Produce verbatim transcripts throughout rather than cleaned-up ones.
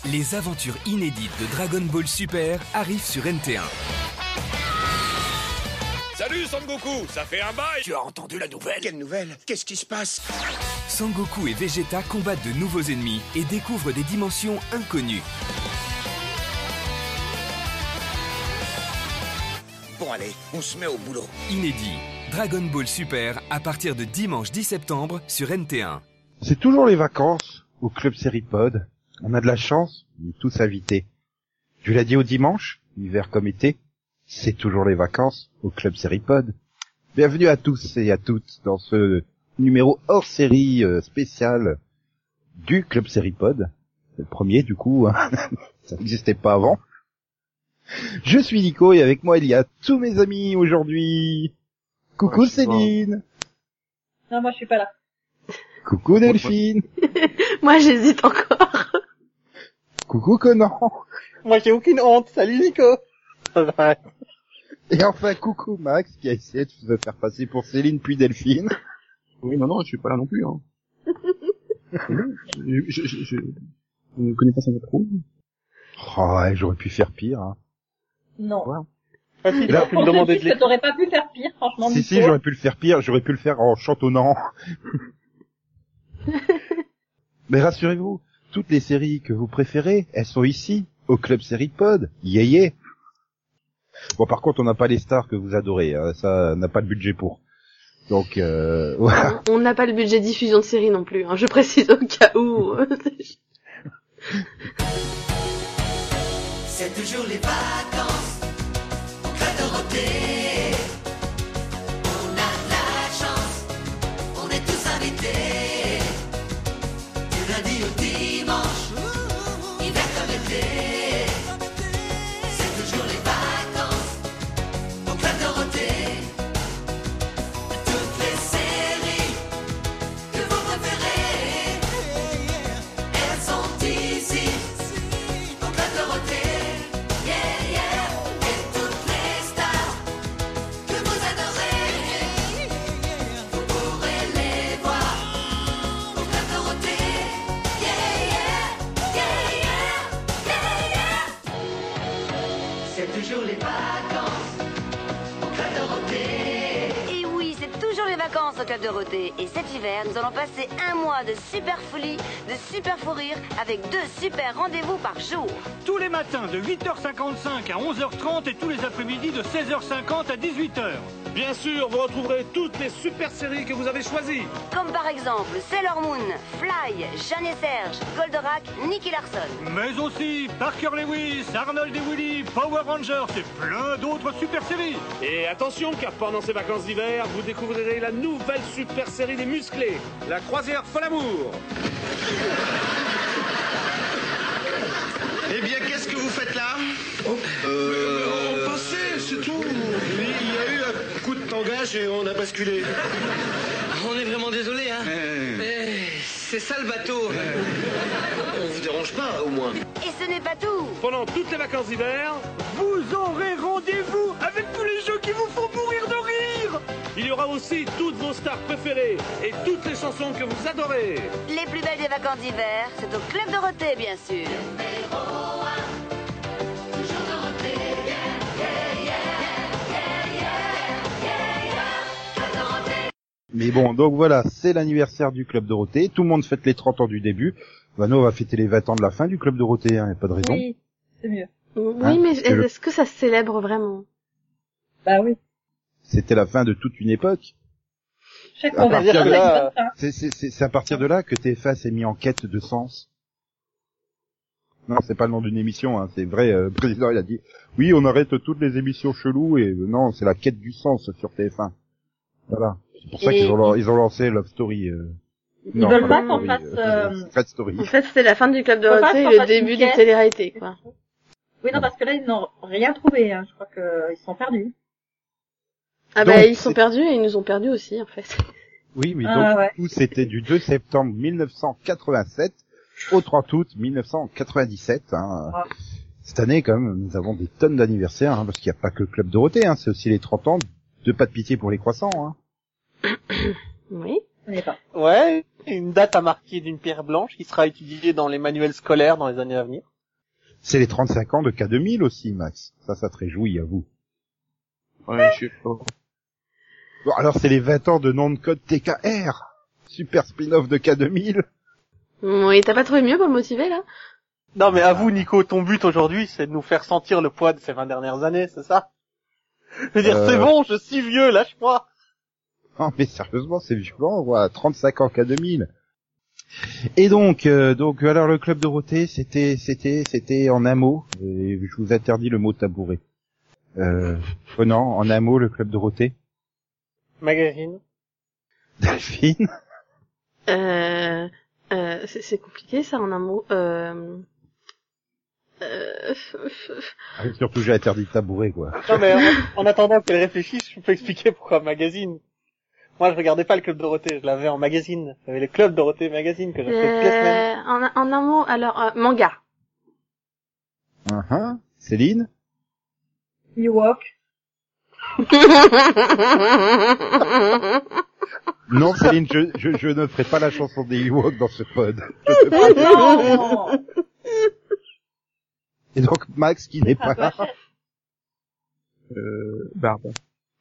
Les aventures inédites de Dragon Ball Super arrivent sur N T un. Salut Sangoku, ça fait un bail. Tu as entendu la nouvelle? Quelle nouvelle? Qu'est-ce qui se passe? Sangoku et Vegeta combattent de nouveaux ennemis et découvrent des dimensions inconnues. Bon allez, on se met au boulot. Inédit, Dragon Ball Super à partir de dimanche dix septembre sur N T un. C'est toujours les vacances au Club Séripod. On a de la chance, on est tous invités. Tu l'as dit au dimanche, hiver comme été, c'est toujours les vacances au Club Séripod. Bienvenue à tous et à toutes dans ce numéro hors série euh, spécial du Club Séripod. C'est le premier du coup, hein. Ça n'existait pas avant. Je suis Nico et avec moi il y a tous mes amis aujourd'hui. Coucou Céline. Non, moi je suis pas là. Coucou Delphine. Moi j'hésite encore. Coucou Conan. Moi j'ai aucune honte. Salut Nico. Et enfin coucou Max qui a essayé de se faire passer pour Céline puis Delphine. Oui, non, non, je suis pas là non plus. Hein. je, je, je, je ne connais pas ça trop. Oh, ouais, j'aurais pu faire pire. Hein. Non. Ouais. Ah, si, là, tu me demandais de que t'aurais pas pu faire pire, franchement. Si, Nico. si, j'aurais pu le faire pire. J'aurais pu le faire en chantonnant. Mais rassurez-vous, toutes les séries que vous préférez, elles sont ici, au Club Séripod. Yeah, yeah. Bon, par contre, on n'a pas les stars que vous adorez. Hein. Ça, on n'a pas le budget pour. Donc, euh, voilà. On n'a pas le budget diffusion de série non plus, hein. Je précise au cas où. C'est toujours les vacances au Club Dorothée. On a de la chance, on est tous invités. Du lundi au dimanche, hiver comme été. C'est toujours les vacances au Club Dorothée. Toutes les séries que vous préférez, elles sont ici au Club Dorothée. Toujours les vacances au Club Dorothée. Et oui, c'est toujours les vacances au Club Dorothée. Et cet hiver, nous allons passer un mois de super folie, de super fou rire, avec deux super rendez-vous par jour. Tous les matins de huit heures cinquante-cinq à onze heures trente et tous les après-midi de seize heures cinquante à dix-huit heures. Bien sûr, vous retrouverez toutes les super séries que vous avez choisies. Comme par exemple Sailor Moon, Fly, Jeanne et Serge, Goldorak, Nicky Larson. Mais aussi Parker Lewis, Arnold et Willy, Power Rangers et plein d'autres super séries. Et attention, car pendant ces vacances d'hiver, vous découvrirez la nouvelle super série des musclés, La Croisière Folle Amour. Eh bien, qu'est-ce que vous faites là? Oh, euh... On passait, c'est tout. Il y a eu un coup de tangage et on a basculé. On est vraiment désolé, hein. Euh... Eh, c'est ça le bateau. Euh... On vous dérange pas, au moins. Et ce n'est pas tout. Pendant toutes les vacances d'hiver, vous aurez rendez-vous avec tous les jeux qui vous font mourir de rire. Il y aura aussi toutes vos stars préférées et toutes les chansons que vous adorez. Les plus belles des vacances d'hiver, c'est au Club Dorothée, bien sûr. Mais bon, donc voilà, c'est l'anniversaire du Club Dorothée. Tout le monde fête les trente ans du début. Bah nous, on va fêter les vingt ans de la fin du Club Dorothée, hein, y a pas de raison. Oui, c'est mieux. Oui, Hein, mais c'est le- est-ce que ça se célèbre vraiment? Bah oui. C'était la fin de toute une époque. Chaque À partir conversation de a une là, bonne fin. c'est, c'est, c'est, c'est à partir de là que T F un s'est mis en quête de sens. Non, c'est pas le nom d'une émission, hein, c'est vrai, euh, le président il a dit, oui, on arrête toutes les émissions cheloues, et euh, non, c'est la quête du sens sur T F un. Voilà. C'est pour ça Et qu'ils ont, ils ont lancé Love Story. Euh... Ils non, veulent pas pas Love qu'on Story, fasse, euh, euh, Fred Story. En fait, c'était la fin du Club Faut pas Dorothée qu'on et le fasse début une des quête. télé-réalités, quoi. Oui, non, parce que là, ils n'ont rien trouvé, hein. Je crois qu'ils sont perdus. Ah Donc, bah, ils sont c'est- perdus et ils nous ont perdus aussi, en fait. Oui, oui, donc, Ah, ouais. du coup, c'était du deux septembre mille neuf cent quatre-vingt-sept au trente août mille neuf cent quatre-vingt-dix-sept, hein. Ah. Cette année, quand même, nous avons des tonnes d'anniversaires, hein, parce qu'il n'y a pas que le Club Dorothée, hein, c'est aussi les trente ans de Pas de pitié pour les croissants, hein. Oui. On n'y est pas. Ouais, une date à marquer d'une pierre blanche qui sera étudiée dans les manuels scolaires dans les années à venir. C'est les trente-cinq ans de K deux mille aussi, Max. Ça, ça te réjouit, à vous. Ouais, je sais pas. Bon, alors c'est les vingt ans de nom de code T K R. Super spin-off de K deux mille. Oui, t'as pas trouvé mieux pour le motiver, là? Non, mais avoue, Nico, ton but aujourd'hui, c'est de nous faire sentir le poids de ces vingt dernières années, c'est ça? Je veux dire, Euh... c'est bon, je suis vieux, lâche-moi. Non, mais sérieusement, c'est violent, voilà, trente-cinq ans K deux mille. Et donc, euh, donc, alors le Club Dorothée, c'était, c'était, c'était en un mot, et je vous interdis le mot tabouret. Euh, oh non, en un mot, le Club Dorothée. Magazine. Delphine. Euh, euh, c'est, c'est compliqué, ça, en un mot. Euh, euh, Ah, surtout, j'ai interdit de tabouret, quoi. Non, mais en, en attendant qu'elle réfléchisse, je peux expliquer pourquoi magazine. Moi, je regardais pas le Club Dorothée, je l'avais en magazine. J'avais le Club Dorothée magazine que j'achetais toutes les semaines. euh, en, en un mot, alors, euh, manga. Uh-huh. Céline. Ewok. Non, Céline, je, je, je ne ferai pas la chanson des Ewoks dans ce pod. Non. Et donc, Max, qui n'est pas là. Euh, Barbe.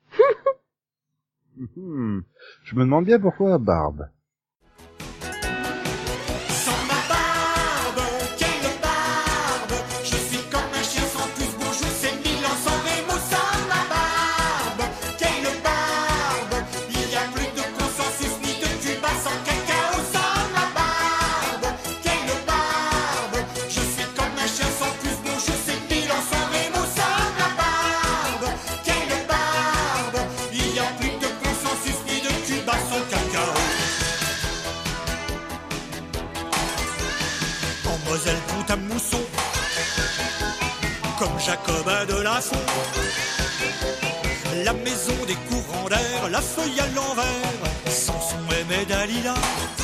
Hmm. Je me demande bien pourquoi Barbe. Sans ma barbe, quelle barbe. Je suis comme un chien sans plus bonjour, c'est mille ans sans Rémo. Sans ma barbe, quelle barbe. Il y a plus de consensus ni de Cuba sans cacao. Sans ma barbe, quelle barbe. Je suis comme un chien sans plus bonjour, c'est mille ans sans Rémo. Sans ma barbe, quelle barbe. Il y a plus de consensus ni de Cuba sans cacao. En Moselle, tout un mousson, comme Jacobin de la Font. La maison des courants d'air, la feuille à l'envers, Samson aimait Dalila.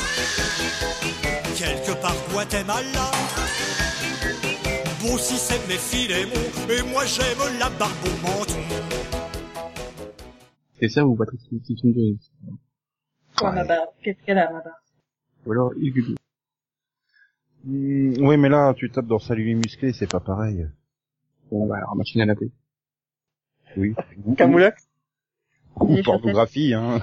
Quelque part Guatemala, beau si c'est mes Philémon, et moi j'aime la barbe au menton. C'est ça ou Patrick Simpson Jones? Quoi, ma barbe? Qu'est-ce qu'elle a, ma barbe? Ou alors Hugo. Hmm, oui, mais là, tu tapes dans Salut les musclés, c'est pas pareil. Bon, bah, alors, machine à laver. Oui. Ou, Camoulox. ou Les pornographie, hein.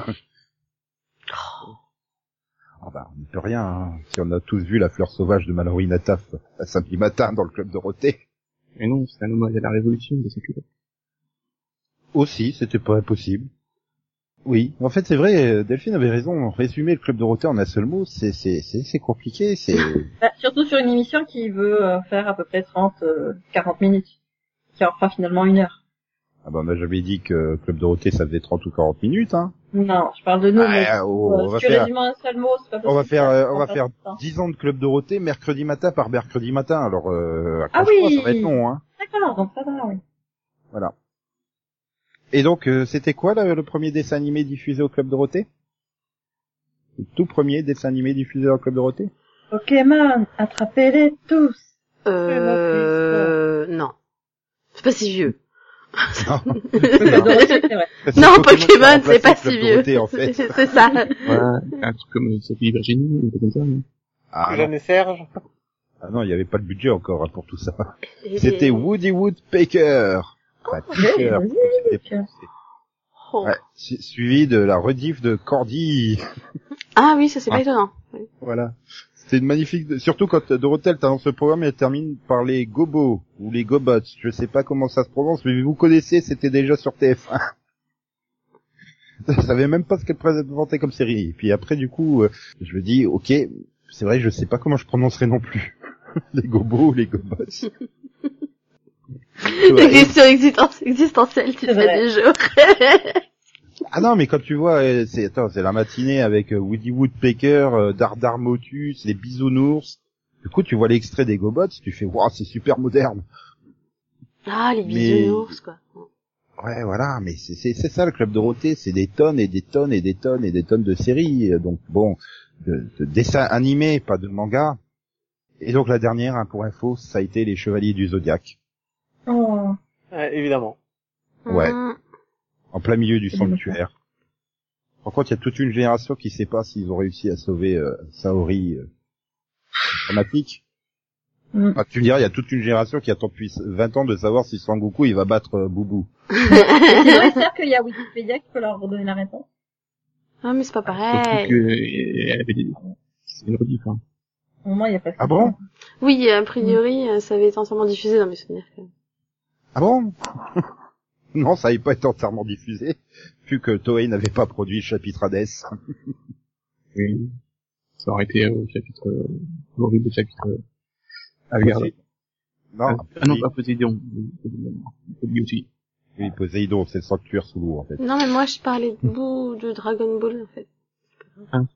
Ah bah, on ne peut rien, hein. Si on a tous vu la fleur sauvage de Mallory Nataf à samedi matin dans le Club Dorothée. Mais non, c'est un hommage à la révolution de sa culotte. Aussi, c'était pas impossible. Oui, en fait, c'est vrai, Delphine avait raison. Résumer le Club Dorothée en un seul mot, c'est, c'est, c'est, c'est compliqué, c'est... Bah, surtout sur une émission qui veut euh, faire à peu près trente, quarante minutes. Qui en fera finalement une heure. Ah bah, on a jamais dit que Club Dorothée, ça faisait trente ou quarante minutes, hein. Non, je parle de nous, Ah, mais oh, euh, on va si tu faire- résumes en un seul mot, c'est pas possible. On va faire, euh, on va Ça faire passe pas. dix ans de Club Dorothée, mercredi matin par mercredi matin. Alors, euh, Ah accroche-toi, oui. ça va être long, hein. D'accord, donc ça va, oui. Voilà. Et donc, euh, c'était quoi là, le premier dessin animé diffusé au Club Dorothée? Le tout premier dessin animé diffusé au Club Dorothée? Pokémon, attrapez-les tous. Euh, non. C'est pas si vieux. Non. C'est vrai. C'est Non, Pokémon qui a Pokémon, c'est remplacé pas le si Club vieux. Dorothée, en fait. C'est c'est ça. Ouais, un truc comme euh, Sophie Virginie, ou un truc comme ça, non? Ah, non. Jeanne et Serge. Ah non, il n'y avait pas le budget encore hein, pour tout ça. Et- C'était Woody Woodpecker. Enfin, Pecker, oui, c'était- Oh. ouais, su- suivi de la rediff de Cordy. Ah oui, ça c'est pas Ah. étonnant. Oui. Voilà. C'était une magnifique, surtout quand Dorothée elle dans ce programme, elle termine par les Gobos, ou les Gobots. Je sais pas comment ça se prononce, mais vous connaissez, c'était déjà sur T F un. Je savais même pas ce qu'elle présentait comme série. Et puis après, du coup, euh, je me dis, ok, c'est vrai, je sais pas comment je prononcerai non plus. Les Gobos ou les Gobots. Les questions existen- existentielles, tu C'est fais vrai. des jeux. Ah non, mais quand tu vois, euh, c'est attends, c'est la matinée avec euh, Woody Woodpecker, euh, Dardar Motus, les bisounours. Du coup, tu vois l'extrait des Gobots, tu fais waouh, c'est super moderne. Ah, les Mais- bisounours, quoi. Ouais, voilà, mais c'est c'est c'est ça le Club Dorothée, c'est des tonnes et des tonnes et des tonnes et des tonnes de séries. euh, Donc bon, de, de dessins animés, pas de manga. Et donc la dernière, hein, pour info, ça a été les Chevaliers du Zodiaque, Oh. Ouais, évidemment. Ouais. Mhm. en plein milieu du C'est sanctuaire. Par contre, il y a toute une génération qui sait pas s'ils ont réussi à sauver euh, Saori euh, dramatique. Mm. Ah, tu me diras, il y a toute une génération qui attend depuis vingt ans de savoir si Sangoku il va battre euh, Boubou. Sinon, ils savent qu'il y a Wikipédia qui peut leur redonner la réponse. Ah, mais c'est pas Surtout pareil. que, euh, elle avait des, c'est une rediff, hein. Au moment, il y a pas de Ah bon? Oui, a priori, euh, ça avait été entièrement diffusé dans mes souvenirs, quand même. Ah bon? Non, ça n'avait pas été entièrement diffusé, vu que Toei n'avait pas produit le chapitre Hades. Oui. Ça aurait été, euh, chapitre, euh, horrible chapitre, euh, à regarder. Non, Ah, ah non, pas Poséidon. Oui, aussi. Oui, Poséidon, c'est le sanctuaire sous l'eau, en fait. Non, mais moi, je parlais de bout de Dragon Ball, en fait. Hein?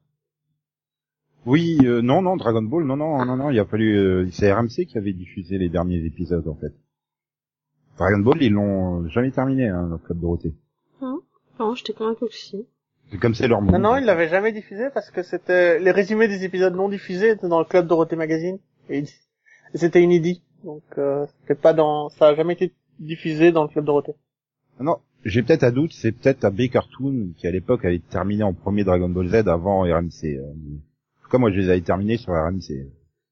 Oui, euh, non, non, Dragon Ball, non, non, non, non, il a fallu, euh, c'est R M C qui avait diffusé les derniers épisodes, en fait. Dragon Ball, ils l'ont jamais terminé, hein, le Club Dorothée. Hein? Non, j'étais convaincu que si. C'est comme c'est leur monde. Non, non, ils l'avaient jamais diffusé parce que c'était, les résumés des épisodes non diffusés étaient dans le Club Dorothée Magazine. Et ils- et c'était inédit. Donc, euh, c'était pas dans, ça a jamais été diffusé dans le Club Dorothée. Non, j'ai peut-être un doute, c'est peut-être un B-Cartoon qui à l'époque avait terminé en premier Dragon Ball Z avant R M C. En tout cas, moi je les avais terminés sur R M C.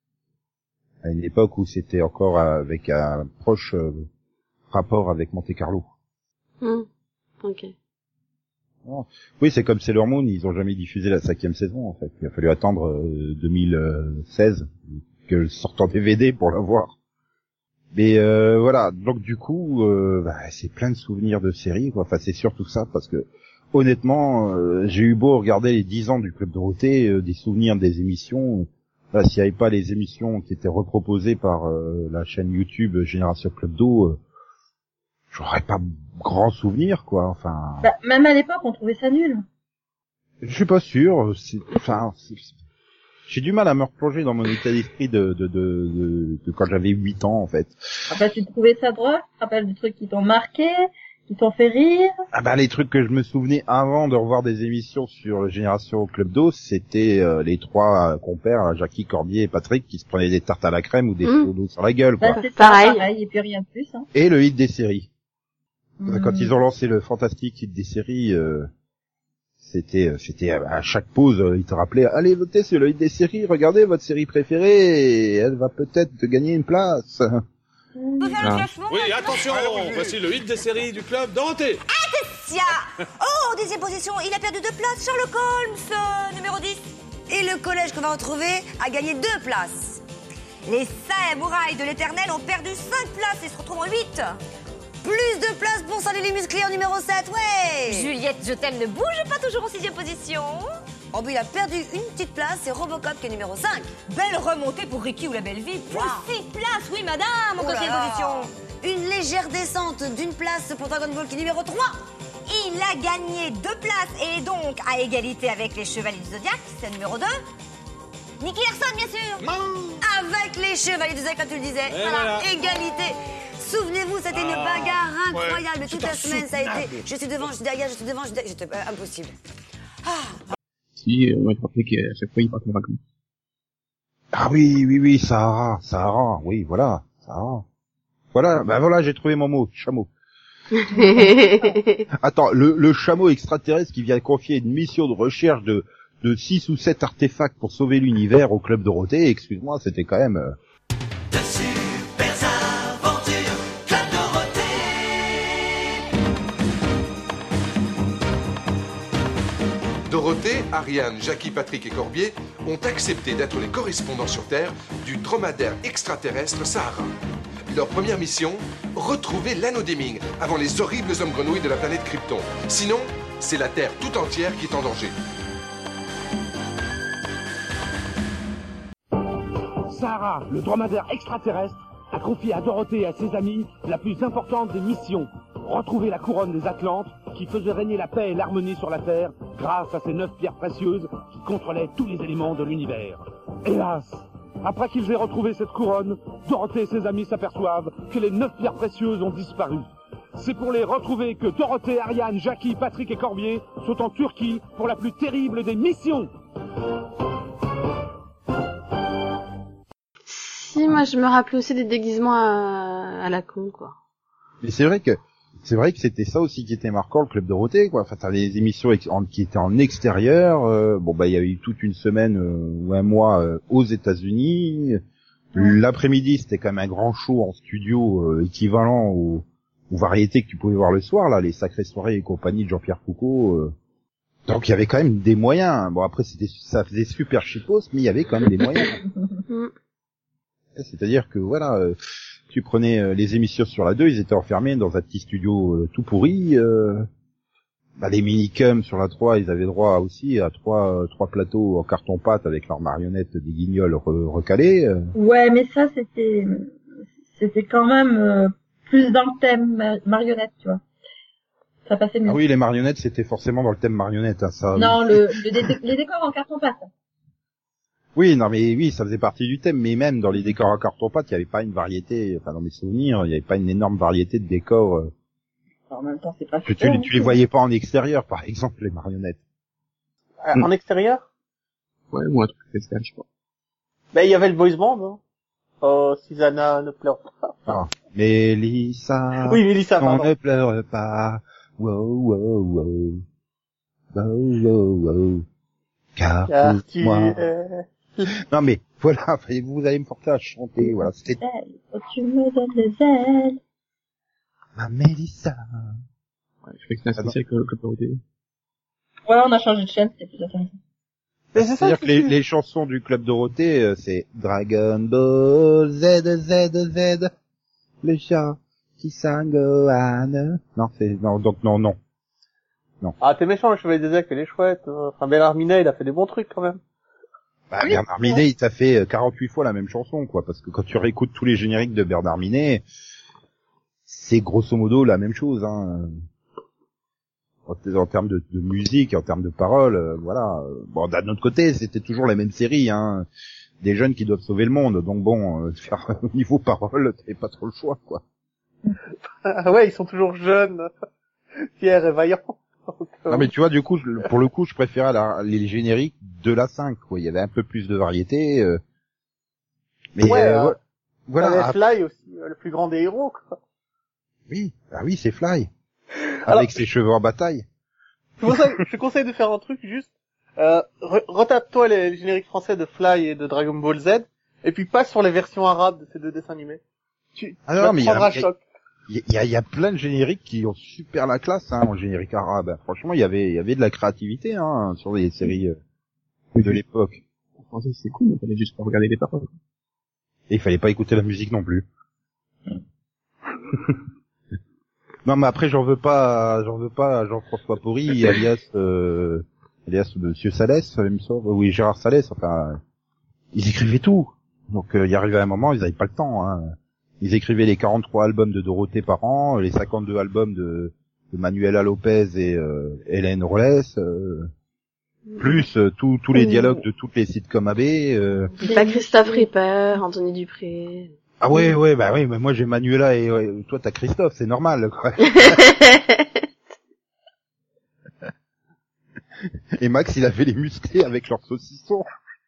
À une époque où c'était encore avec un proche euh, rapport avec Monte Carlo. Hum. Ok. Non. Oui, c'est comme Sailor Moon, ils ont jamais diffusé la cinquième saison en fait. Il a fallu attendre euh, deux mille seize que sorte en D V D pour la voir. Mais euh, voilà, donc du coup, euh, bah, c'est plein de souvenirs de séries, quoi. Enfin, c'est surtout ça, parce que honnêtement, euh, j'ai eu beau regarder les dix ans du Club Dorothée, euh, des souvenirs des émissions. Là, s'il n'y avait pas les émissions qui étaient reproposées par euh, la chaîne YouTube Génération Club Do, euh, j'aurais pas grand souvenir, quoi. Enfin, Bah, même à l'époque, on trouvait ça nul. je suis pas sûr. C'est, enfin, c'est- j'ai du mal à me replonger dans mon état d'esprit de, de, de, de, de quand j'avais huit ans, en fait. Ah bah, tu trouvais ça drôle? Tu te rappelles des trucs qui t'ont marqué, qui t'ont fait rire? Ah bah les trucs que je me souvenais avant de revoir des émissions sur Génération Club d'Eau, c'était euh, les trois euh, compères, là, Jackie, Corbier et Patrick, qui se prenaient des tartes à la crème ou des Mmh. flots d'eau sur la gueule, quoi. Bah, c'est ça, Pareil. pareil, et puis rien de plus, hein. Et le hit des séries. Quand Mm. ils ont lancé le fantastique hit des séries, euh, c'était euh, c'était à à chaque pause, euh, ils te rappelaient, allez votez sur le hit des séries, regardez votre série préférée, et elle va peut-être te gagner une place. Ah. Oui, attention, voici le hit des séries du Club Dorothée. Sia. Oh, deuxième position, il a perdu deux places, Sherlock Holmes, euh, numéro dix. Et le collège qu'on va retrouver a gagné deux places. Les samouraïs de l'éternel ont perdu cinq places et se retrouvent en huit. Plus de places pour Salut les musclés en numéro sept, ouais. Juliette Je t'aime ne bouge pas toujours en sixième position. Oh, mais il a perdu une petite place, c'est Robocop qui est numéro cinq. Belle remontée pour Ricky ou la belle vie. Plus six places, oui madame, en Oh là quatrième là. position. Une légère descente d'une place pour Dragon Ball qui est numéro trois. Il a gagné deux places et est donc à égalité avec les Chevaliers du Zodiaque, c'est le numéro deux. Nicky Larson, bien sûr. Avec les Chevaliers du Zodiaque, comme tu le disais. Et Voilà, voilà. égalité. Souvenez-vous, c'était une Ah, bagarre ouais, incroyable. Toute c'est la semaine, ça a été. insoutenable. Je suis devant, je suis derrière, je suis devant, je suis derrière. C'était euh, impossible. Si, euh, moi, je me rappelais qu'à chaque fois, il partait en vacances. Ah oui, oui, oui, Sahara, Sahara, oui, voilà, Sahara. Voilà, bah voilà, j'ai trouvé mon mot, chameau. Attends, le, le chameau extraterrestre qui vient confier une mission de recherche de de six ou sept artefacts pour sauver l'univers au Club Dorothée, excuse-moi, c'était quand même... euh, Dorothée, Ariane, Jackie, Patrick et Corbier ont accepté d'être les correspondants sur Terre du dromadaire extraterrestre Sahara. Leur première mission, retrouver l'anneau des Ming avant les horribles hommes grenouilles de la planète Krypton. Sinon, c'est la Terre tout entière qui est en danger. Sahara, le dromadaire extraterrestre, a confié à Dorothée et à ses amis la plus importante des missions. Retrouver la couronne des Atlantes qui faisait régner la paix et l'harmonie sur la Terre grâce à ces neuf pierres précieuses qui contrôlaient tous les éléments de l'univers. Hélas, après qu'ils aient retrouvé cette couronne, Dorothée et ses amis s'aperçoivent que les neuf pierres précieuses ont disparu. C'est pour les retrouver que Dorothée, Ariane, Jackie, Patrick et Corbier sont en Turquie pour la plus terrible des missions. Si, moi, je me rappelais aussi des déguisements à, à la con, quoi. Mais c'est vrai que c'est vrai que c'était ça aussi qui était marquant, le Club Dorothée, quoi. Enfin, t'avais des émissions ex- en- qui étaient en extérieur. euh, bon, bah, il y a eu toute une semaine euh, ou un mois euh, aux États-Unis. L'après-midi, c'était quand même un grand show en studio euh, équivalent aux, aux variétés que tu pouvais voir le soir, là, les sacrées soirées et compagnie de Jean-Pierre Foucault. Euh. Donc il y avait quand même des moyens. Bon, après, c'était ça faisait super chipos, mais il y avait quand même des moyens. C'est-à-dire que, voilà, euh, tu prenais euh, les émissions sur la deux, ils étaient enfermés dans un petit studio euh, tout pourri. Euh. Bah, les minicums sur la trois, ils avaient droit aussi à trois euh, trois plateaux en carton-pâte avec leurs marionnettes des guignols re- recalées. Euh. Ouais, mais ça, c'était c'était quand même euh, plus dans le thème ma- marionnette, tu vois. Ça passait mieux. Ah oui, les marionnettes, c'était forcément dans le thème marionnette, hein, ça. Non, le, le dé- les décors en carton-pâte. Oui, non, mais oui, ça faisait partie du thème, mais même dans les décors en carton-pâte, il n'y avait pas une variété, enfin, dans mes souvenirs, il n'y avait pas une énorme variété de décors. Euh. En même temps, c'est pas Tu, super, tu, tu les voyais pas en extérieur, par exemple, les marionnettes. Euh, en extérieur? Ouais, ou un truc spécial, je crois. Ben, il y avait le voice band, hein. Oh, Susanna, ne pleure pas. Ah. Mélissa. Oui, Mélissa, on pardon. ne pleure pas. Wow, wow, wow. Wow, wow, wow. Car, Car tu moi. es... Non, mais, voilà, vous allez me porter à chanter, voilà, c'était... Oh, tu me donnes des ailes. Ma Mélissa. Ouais, je crois que c'était un spécial que, que Dorothée. Ouais, on a changé de chaîne, c'était plus intéressant. C'est-à-dire que les, les chansons du Club Dorothée, euh, c'est Dragon Ball Z, Z, Z, les chats qui Sangohan. Non, c'est, non, donc non, non. Non. Ah, t'es méchant, le Chevalier des Zèques, il est chouette. Enfin, Bernard Minet, il a fait des bons trucs, quand même. Bah, Bernard Minet, il t'a fait quarante-huit fois la même chanson, quoi, parce que quand tu réécoutes tous les génériques de Bernard Minet, c'est grosso modo la même chose, hein. En, en termes de, de musique, en termes de paroles, euh, voilà. Bon, d'un autre côté, c'était toujours la même série, hein. Des jeunes qui doivent sauver le monde, donc bon, euh, faire au niveau paroles, t'avais pas trop le choix, quoi. Ah ouais, ils sont toujours jeunes, fiers et vaillants. Non mais tu vois, du coup, pour le coup, je préférais la, les génériques de la cinq, quoi. Il y avait un peu plus de variété. Euh... Mais ouais, euh, euh, voilà. Fly aussi, le plus grand des héros, quoi. Oui, ah oui, c'est Fly. Alors, avec ses cheveux en bataille. C'est pour ça que je te conseille de faire un truc juste. Euh, re- retape-toi les, les génériques français de Fly et de Dragon Ball Z, et puis passe sur les versions arabes de ces deux dessins animés. Tu, ah tu non, vas mais te prendre un y a, choc. Il y a, y a plein de génériques qui ont super la classe, hein, en générique arabe. Franchement, il y avait, il y avait de la créativité, hein, sur les séries euh, de l'époque. En français, c'est cool, mais il fallait juste pas regarder les paroles. Et il fallait pas écouter la musique non plus. Non, mais après, j'en veux pas, j'en veux pas à Jean-François Porry, alias, euh, alias Monsieur Salès, il me semble. Oui, Gérard Salès, enfin, ils écrivaient tout. Donc, euh, il y arrivait un moment, ils avaient pas le temps, hein. Ils écrivaient les quarante-trois albums de Dorothée par an, les cinquante-deux albums de, de Manuela Lopez et euh, Hélène Rollès, euh, plus euh, tous tous les dialogues de toutes les sitcoms A B. Euh... Pas Christophe Ripper, Anthony Dupré. Ah ouais, ouais, bah oui, mais moi j'ai Manuela et ouais, toi t'as Christophe, c'est normal, quoi. Et Max, il avait les musclés avec leurs saucissons.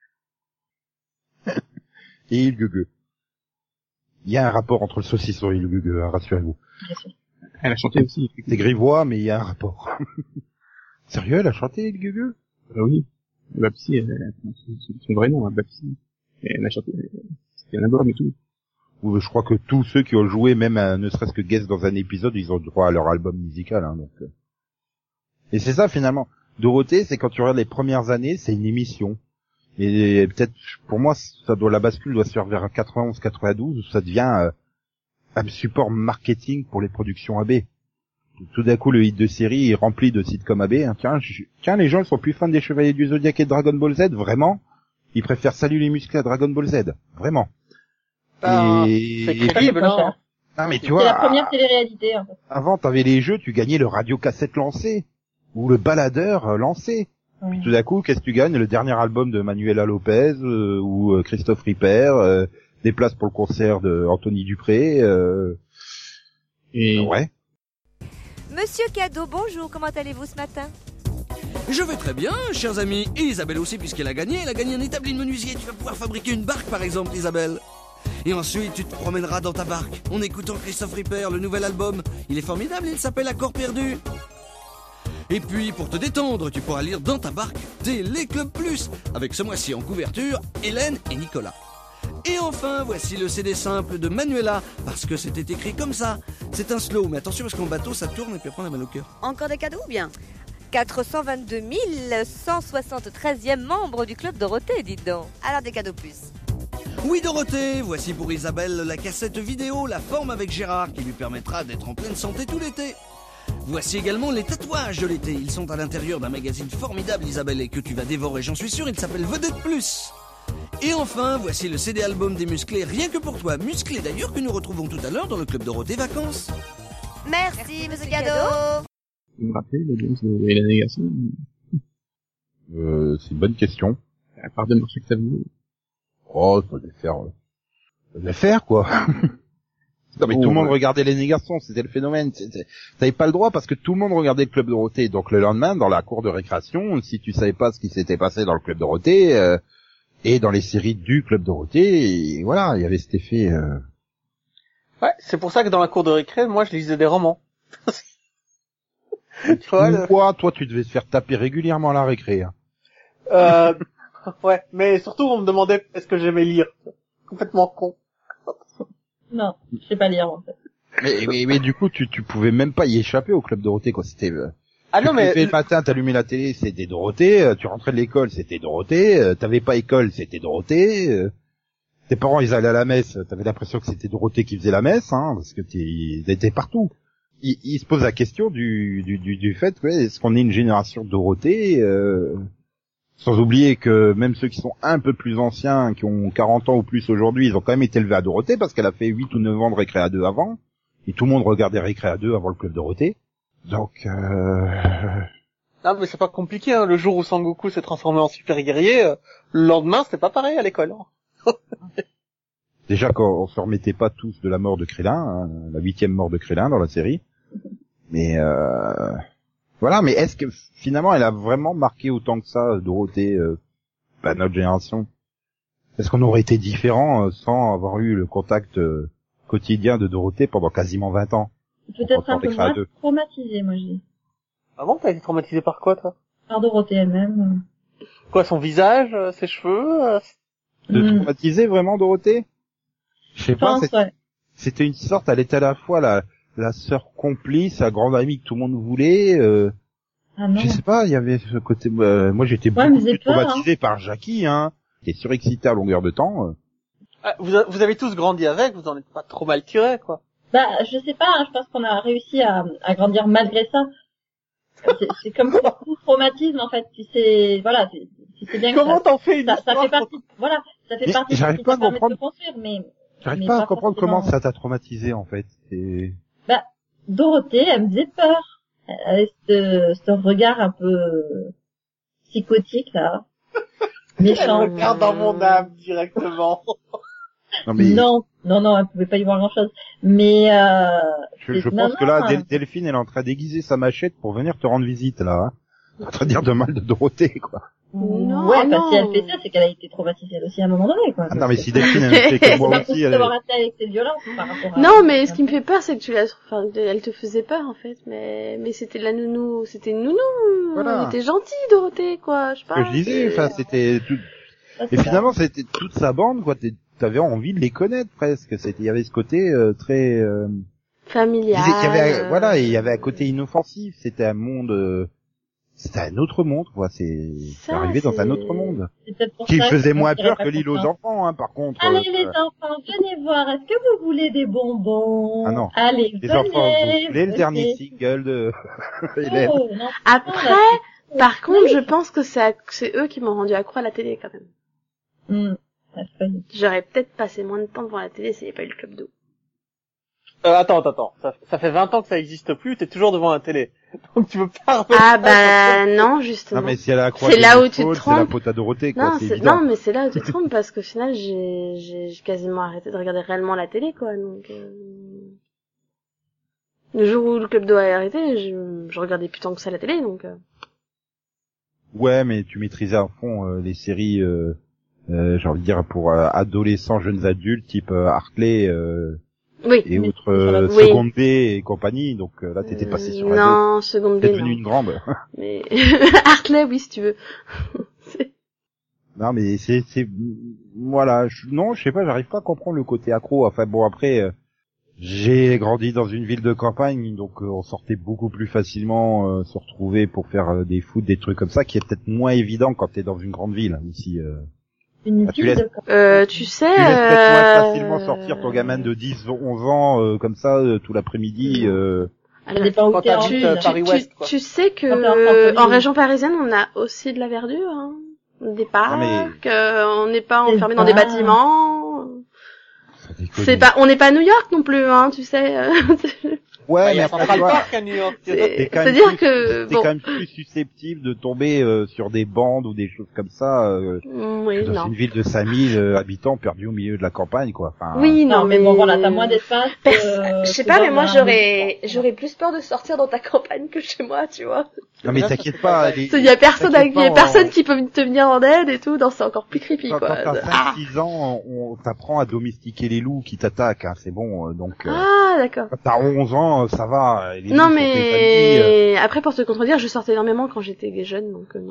Et il gueugue. Il y a un rapport entre le saucisson et le gueugue, rassurez-vous. Elle a chanté aussi. C'est grivois, mais il y a un rapport. Sérieux, elle a chanté le gueugue? Bah oui. Babsi, elle, c'est son vrai nom, hein, Babsi. Et elle a chanté, c'était un album et tout. Je crois que tous ceux qui ont joué, même à, ne serait-ce que guest dans un épisode, ils ont droit à leur album musical, hein, donc. Et c'est ça, finalement. Dorothée, c'est quand tu regardes les premières années, c'est une émission. Et peut-être, pour moi, ça doit, la bascule doit se faire vers quatre-vingt-onze quatre-vingt-douze, où ça devient euh, un support marketing pour les productions A B. Tout d'un coup, le hit de série est rempli de sitcoms A B. Hein. Tiens, je, tiens, les gens, ils sont plus fans des Chevaliers du Zodiac et de Dragon Ball Z, vraiment. Ils préfèrent Salut les musclés à Dragon Ball Z, vraiment. Ah, et... c'est crédible, non? Non, mais tu C'est vois. la première télé-réalité, en fait. Avant, t'avais les jeux, tu gagnais le radiocassette lancé. Ou le baladeur euh, lancé. Oui. Puis tout d'un coup, qu'est-ce que tu gagnes? Le dernier album de Manuela Lopez, euh, ou euh, Christophe Ripper, euh, des places pour le concert de Anthony Dupré, euh... Et... ouais. Monsieur Cadeau, bonjour, comment allez-vous ce matin? Je vais très bien, chers amis. Et Isabelle aussi, puisqu'elle a gagné. Elle a gagné un établi de menuisier. Tu vas pouvoir fabriquer une barque, par exemple, Isabelle. Et ensuite, tu te promèneras dans ta barque en écoutant Christophe Ripper, le nouvel album. Il est formidable, il s'appelle Accord perdu. Et puis, pour te détendre, tu pourras lire dans ta barque Télé Club Plus, avec ce mois-ci en couverture, Hélène et Nicolas. Et enfin, voici le C D simple de Manuela, parce que c'était écrit comme ça. C'est un slow, mais attention parce qu'en bateau ça tourne et puis après on a mal au cœur. Encore des cadeaux ou bien quatre cent vingt-deux mille cent soixante-treizième membre du Club Dorothée, dites donc. Alors des cadeaux plus. Oui Dorothée, voici pour Isabelle la cassette vidéo, la forme avec Gérard, qui lui permettra d'être en pleine santé tout l'été. Voici également les tatouages de l'été. Ils sont à l'intérieur d'un magazine formidable, Isabelle, et que tu vas dévorer, j'en suis sûr. Il s'appelle Vedette Plus. Et enfin, voici le C D album des musclés, rien que pour toi. Musclés d'ailleurs, que nous retrouvons tout à l'heure dans le Club Dorothée Vacances. Merci, Merci monsieur Cadeau. Vous me rappelez l'audience de Hélène Garçon? Euh, c'est une bonne question. À part de marcher que t'as vu. Oh, ça devait faire, euh, ça devait faire, quoi. Non, mais oh, tout le monde ouais. regardait les garçons, c'était le phénomène. T'avais pas le droit parce que tout le monde regardait le Club Dorothée. Donc le lendemain, dans la cour de récréation, si tu savais pas ce qui s'était passé dans le Club Dorothée, euh, et dans les séries du Club Dorothée, et voilà, il y avait cet effet, euh... Ouais, c'est pour ça que dans la cour de récré, moi, je lisais des romans. Tu vois, le... Toi, toi, tu devais te faire taper régulièrement à la récré. Hein. Euh, ouais, mais surtout, on me demandait est-ce que j'aimais lire. Complètement con. Non, je sais pas lire, en fait. Mais, mais, mais du coup, tu, tu pouvais même pas y échapper au Club Dorothée, quoi. C'était, euh, ah non, mais... le matin, t'allumais la télé, c'était Dorothée, tu rentrais de l'école, c'était Dorothée, t'avais pas école, c'était Dorothée, euh, tes parents, ils allaient à la messe, t'avais l'impression que c'était Dorothée qui faisait la messe, hein, parce que t'es, ils étaient partout. Il, il se pose la question du, du, du, du fait, ouais, est-ce qu'on est une génération Dorothée, euh, sans oublier que même ceux qui sont un peu plus anciens, qui ont quarante ans ou plus aujourd'hui, ils ont quand même été élevés à Dorothée parce qu'elle a fait huit ou neuf ans de Récré à deux avant. Et tout le monde regardait Récré à deux avant le Club Dorothée. Donc, euh... Ah, mais c'est pas compliqué, hein. Le jour où Sangoku s'est transformé en super guerrier, euh, le lendemain, c'était pas pareil à l'école. Hein. Déjà qu'on se remettait pas tous de la mort de Krillin, hein, la huitième mort de Krillin dans la série. Mais, euh... voilà, mais est-ce que finalement elle a vraiment marqué autant que ça, Dorothée, euh, bah, notre génération? Est-ce qu'on aurait été différent euh, sans avoir eu le contact euh, quotidien de Dorothée pendant quasiment vingt ans? Peut-être un peu moins traumatisé, moi je dis. Ah bon, t'as été traumatisé par quoi, toi? Par Dorothée elle-même. Quoi, son visage, euh, ses cheveux euh... De mmh. traumatiser vraiment Dorothée? Je sais pas, pense, ouais. C'était une sorte, elle était à la fois la la sœur complice, la grande amie que tout le monde voulait. Euh, ah non. Je sais pas, il y avait ce côté. Euh, moi, j'étais ouais, beaucoup plus traumatisé hein. par Jackie, hein, qui est surexcité à longueur de temps. Euh. Ah, vous, a, vous avez tous grandi avec, vous en êtes pas trop mal tirés, quoi. Bah, je sais pas, hein, je pense qu'on a réussi à, à grandir malgré ça. C'est, c'est comme tout traumatisme, en fait. Tu sais, voilà, tu, tu sais bien que comment ça, t'en fais une ça, ça fait partie. Voilà, ça fait mais partie. J'arrive de pas à comprendre. De construire, mais j'arrive mais pas pas à comprendre forcément... comment ça t'a traumatisé, en fait. C'est... Bah, Dorothée, elle me faisait peur. Elle avait ce, ce regard un peu psychotique, là. Méchant. Elle regarde dans mon âme, directement. Non, mais... non, non, non, elle pouvait pas y voir grand chose. Mais, euh... Je, je pense que là, Del- Delphine, elle est en train d'aiguiser sa machette pour venir te rendre visite, là. Hein. En train de dire de mal de Dorothée, quoi. Non, ouais, non. Parce que si elle fait ça, c'est qu'elle a été traumatisée elle aussi à un moment donné, quoi. Ah non, mais si Delphine, elle fait comme moi aussi, elle... avec ses violences par rapport à... Non, mais ce qui me fait peur, c'est que tu l'as, enfin, elle te faisait peur, en fait, mais, mais c'était de la nounou, c'était une nounou. Voilà. Elle était gentille, Dorothée, quoi, je sais pas. Ce que je disais, enfin, c'était tout... Et finalement, c'était toute sa bande, quoi. T'avais envie de les connaître, presque. C'était, il y avait ce côté, euh, très, euh... familial. Il y avait, euh... voilà, et il y avait un côté inoffensif. C'était un monde, euh... c'était un autre monde, quoi. C'est, c'est arrivé dans un autre monde. Qui faisait moins peur que l'île aux enfants, hein, par contre. Allez, euh... les enfants, venez voir. Est-ce que vous voulez des bonbons? Ah non. Allez, les venez. enfants, vous voulez le dernier single de Hélène. Oh, non, après, par contre, je pense que c'est, à... c'est eux qui m'ont rendu accro à la télé, quand même. Mm. J'aurais peut-être passé moins de temps devant la télé s'il n'y avait pas eu le Club d'eau. Euh, attends, attends, attends. Ça, ça fait vingt ans que ça existe plus, t'es toujours devant la télé. Donc tu veux pas... Ah bah non, justement. Non mais si elle a accroché c'est là où tu te trompes. C'est la faute à Dorothée, quoi. Non, c'est c'est... non mais c'est là où tu te trompes parce qu'au final j'ai, j'ai, j'ai quasiment arrêté de regarder réellement la télé, quoi. Donc euh... le jour où le Club d'eau a arrêté, je, je regardais plus tant que ça la télé, donc... Euh... Ouais, mais tu maîtrisais à fond euh, les séries... Euh... Euh, j'ai envie de dire pour euh, adolescents, jeunes adultes, type euh, Hartley euh, oui, et oui, autres euh, oui. Seconde B et compagnie. Donc euh, là, t'étais passé sur la non, Seconde B. T'es devenue non. une grande. Mais Hartley, oui, si tu veux. Non, mais c'est, c'est, voilà, je, non, je sais pas, j'arrive pas à comprendre le côté accro. Enfin bon, après, euh, j'ai grandi dans une ville de campagne, donc euh, on sortait beaucoup plus facilement euh, se retrouver pour faire euh, des foot, des trucs comme ça, qui est peut-être moins évident quand t'es dans une grande ville ici. Euh, une bah, tu ville laisses, de campagne. Euh, tu sais... tu laisses peut-être euh... moins facilement sortir ton gamin de dix, onze ans euh, comme ça euh, tout l'après-midi. Euh, Alors, dépend où Quand t'es en t'habites, ville. euh, tu, Paris-Ouest, tu, quoi. tu sais que Quand t'es en euh, centre-ville. en région parisienne, on a aussi de la verdure, hein. Des parcs, mais- euh, on n'est pas C'est enfermé dans des pas- bâtiments. ça déconne. C'est pas, on n'est pas à New York non plus, hein, tu sais. euh. Ouais, Ouais, il y mais a après, Central tu vois, Park à New York. C'est- t'es quand même C'est-à-dire plus- que, t'es bon. quand même plus susceptible de tomber euh, sur des bandes ou des choses comme ça euh, Mm, que oui, dans non. une ville de cinq mille euh, habitants perdus au milieu de la campagne, quoi. Enfin, Oui, non, Non, mais bon, voilà, t'as moins d'espace. Perso- euh, je sais que pas, dans mais moi un- j'aurais, j'aurais plus peur de sortir dans ta campagne que chez moi, tu vois. non mais Ça, t'inquiète c'est pas, pas les- Il y a personne, t'inquiète il y a pas, personne on- qui peut te venir en aide et tout, non, c'est encore plus creepy, quand, quoi. quand t'as Ah, cinq six ans, on t'apprend à domestiquer les loups qui t'attaquent, hein, c'est bon, euh, donc euh, ah d'accord. quand t'as onze ans, euh, ça va. Les Non loups sont tes familles, euh, mais après pour te contredire, je sortais énormément quand j'étais jeune, donc euh, non.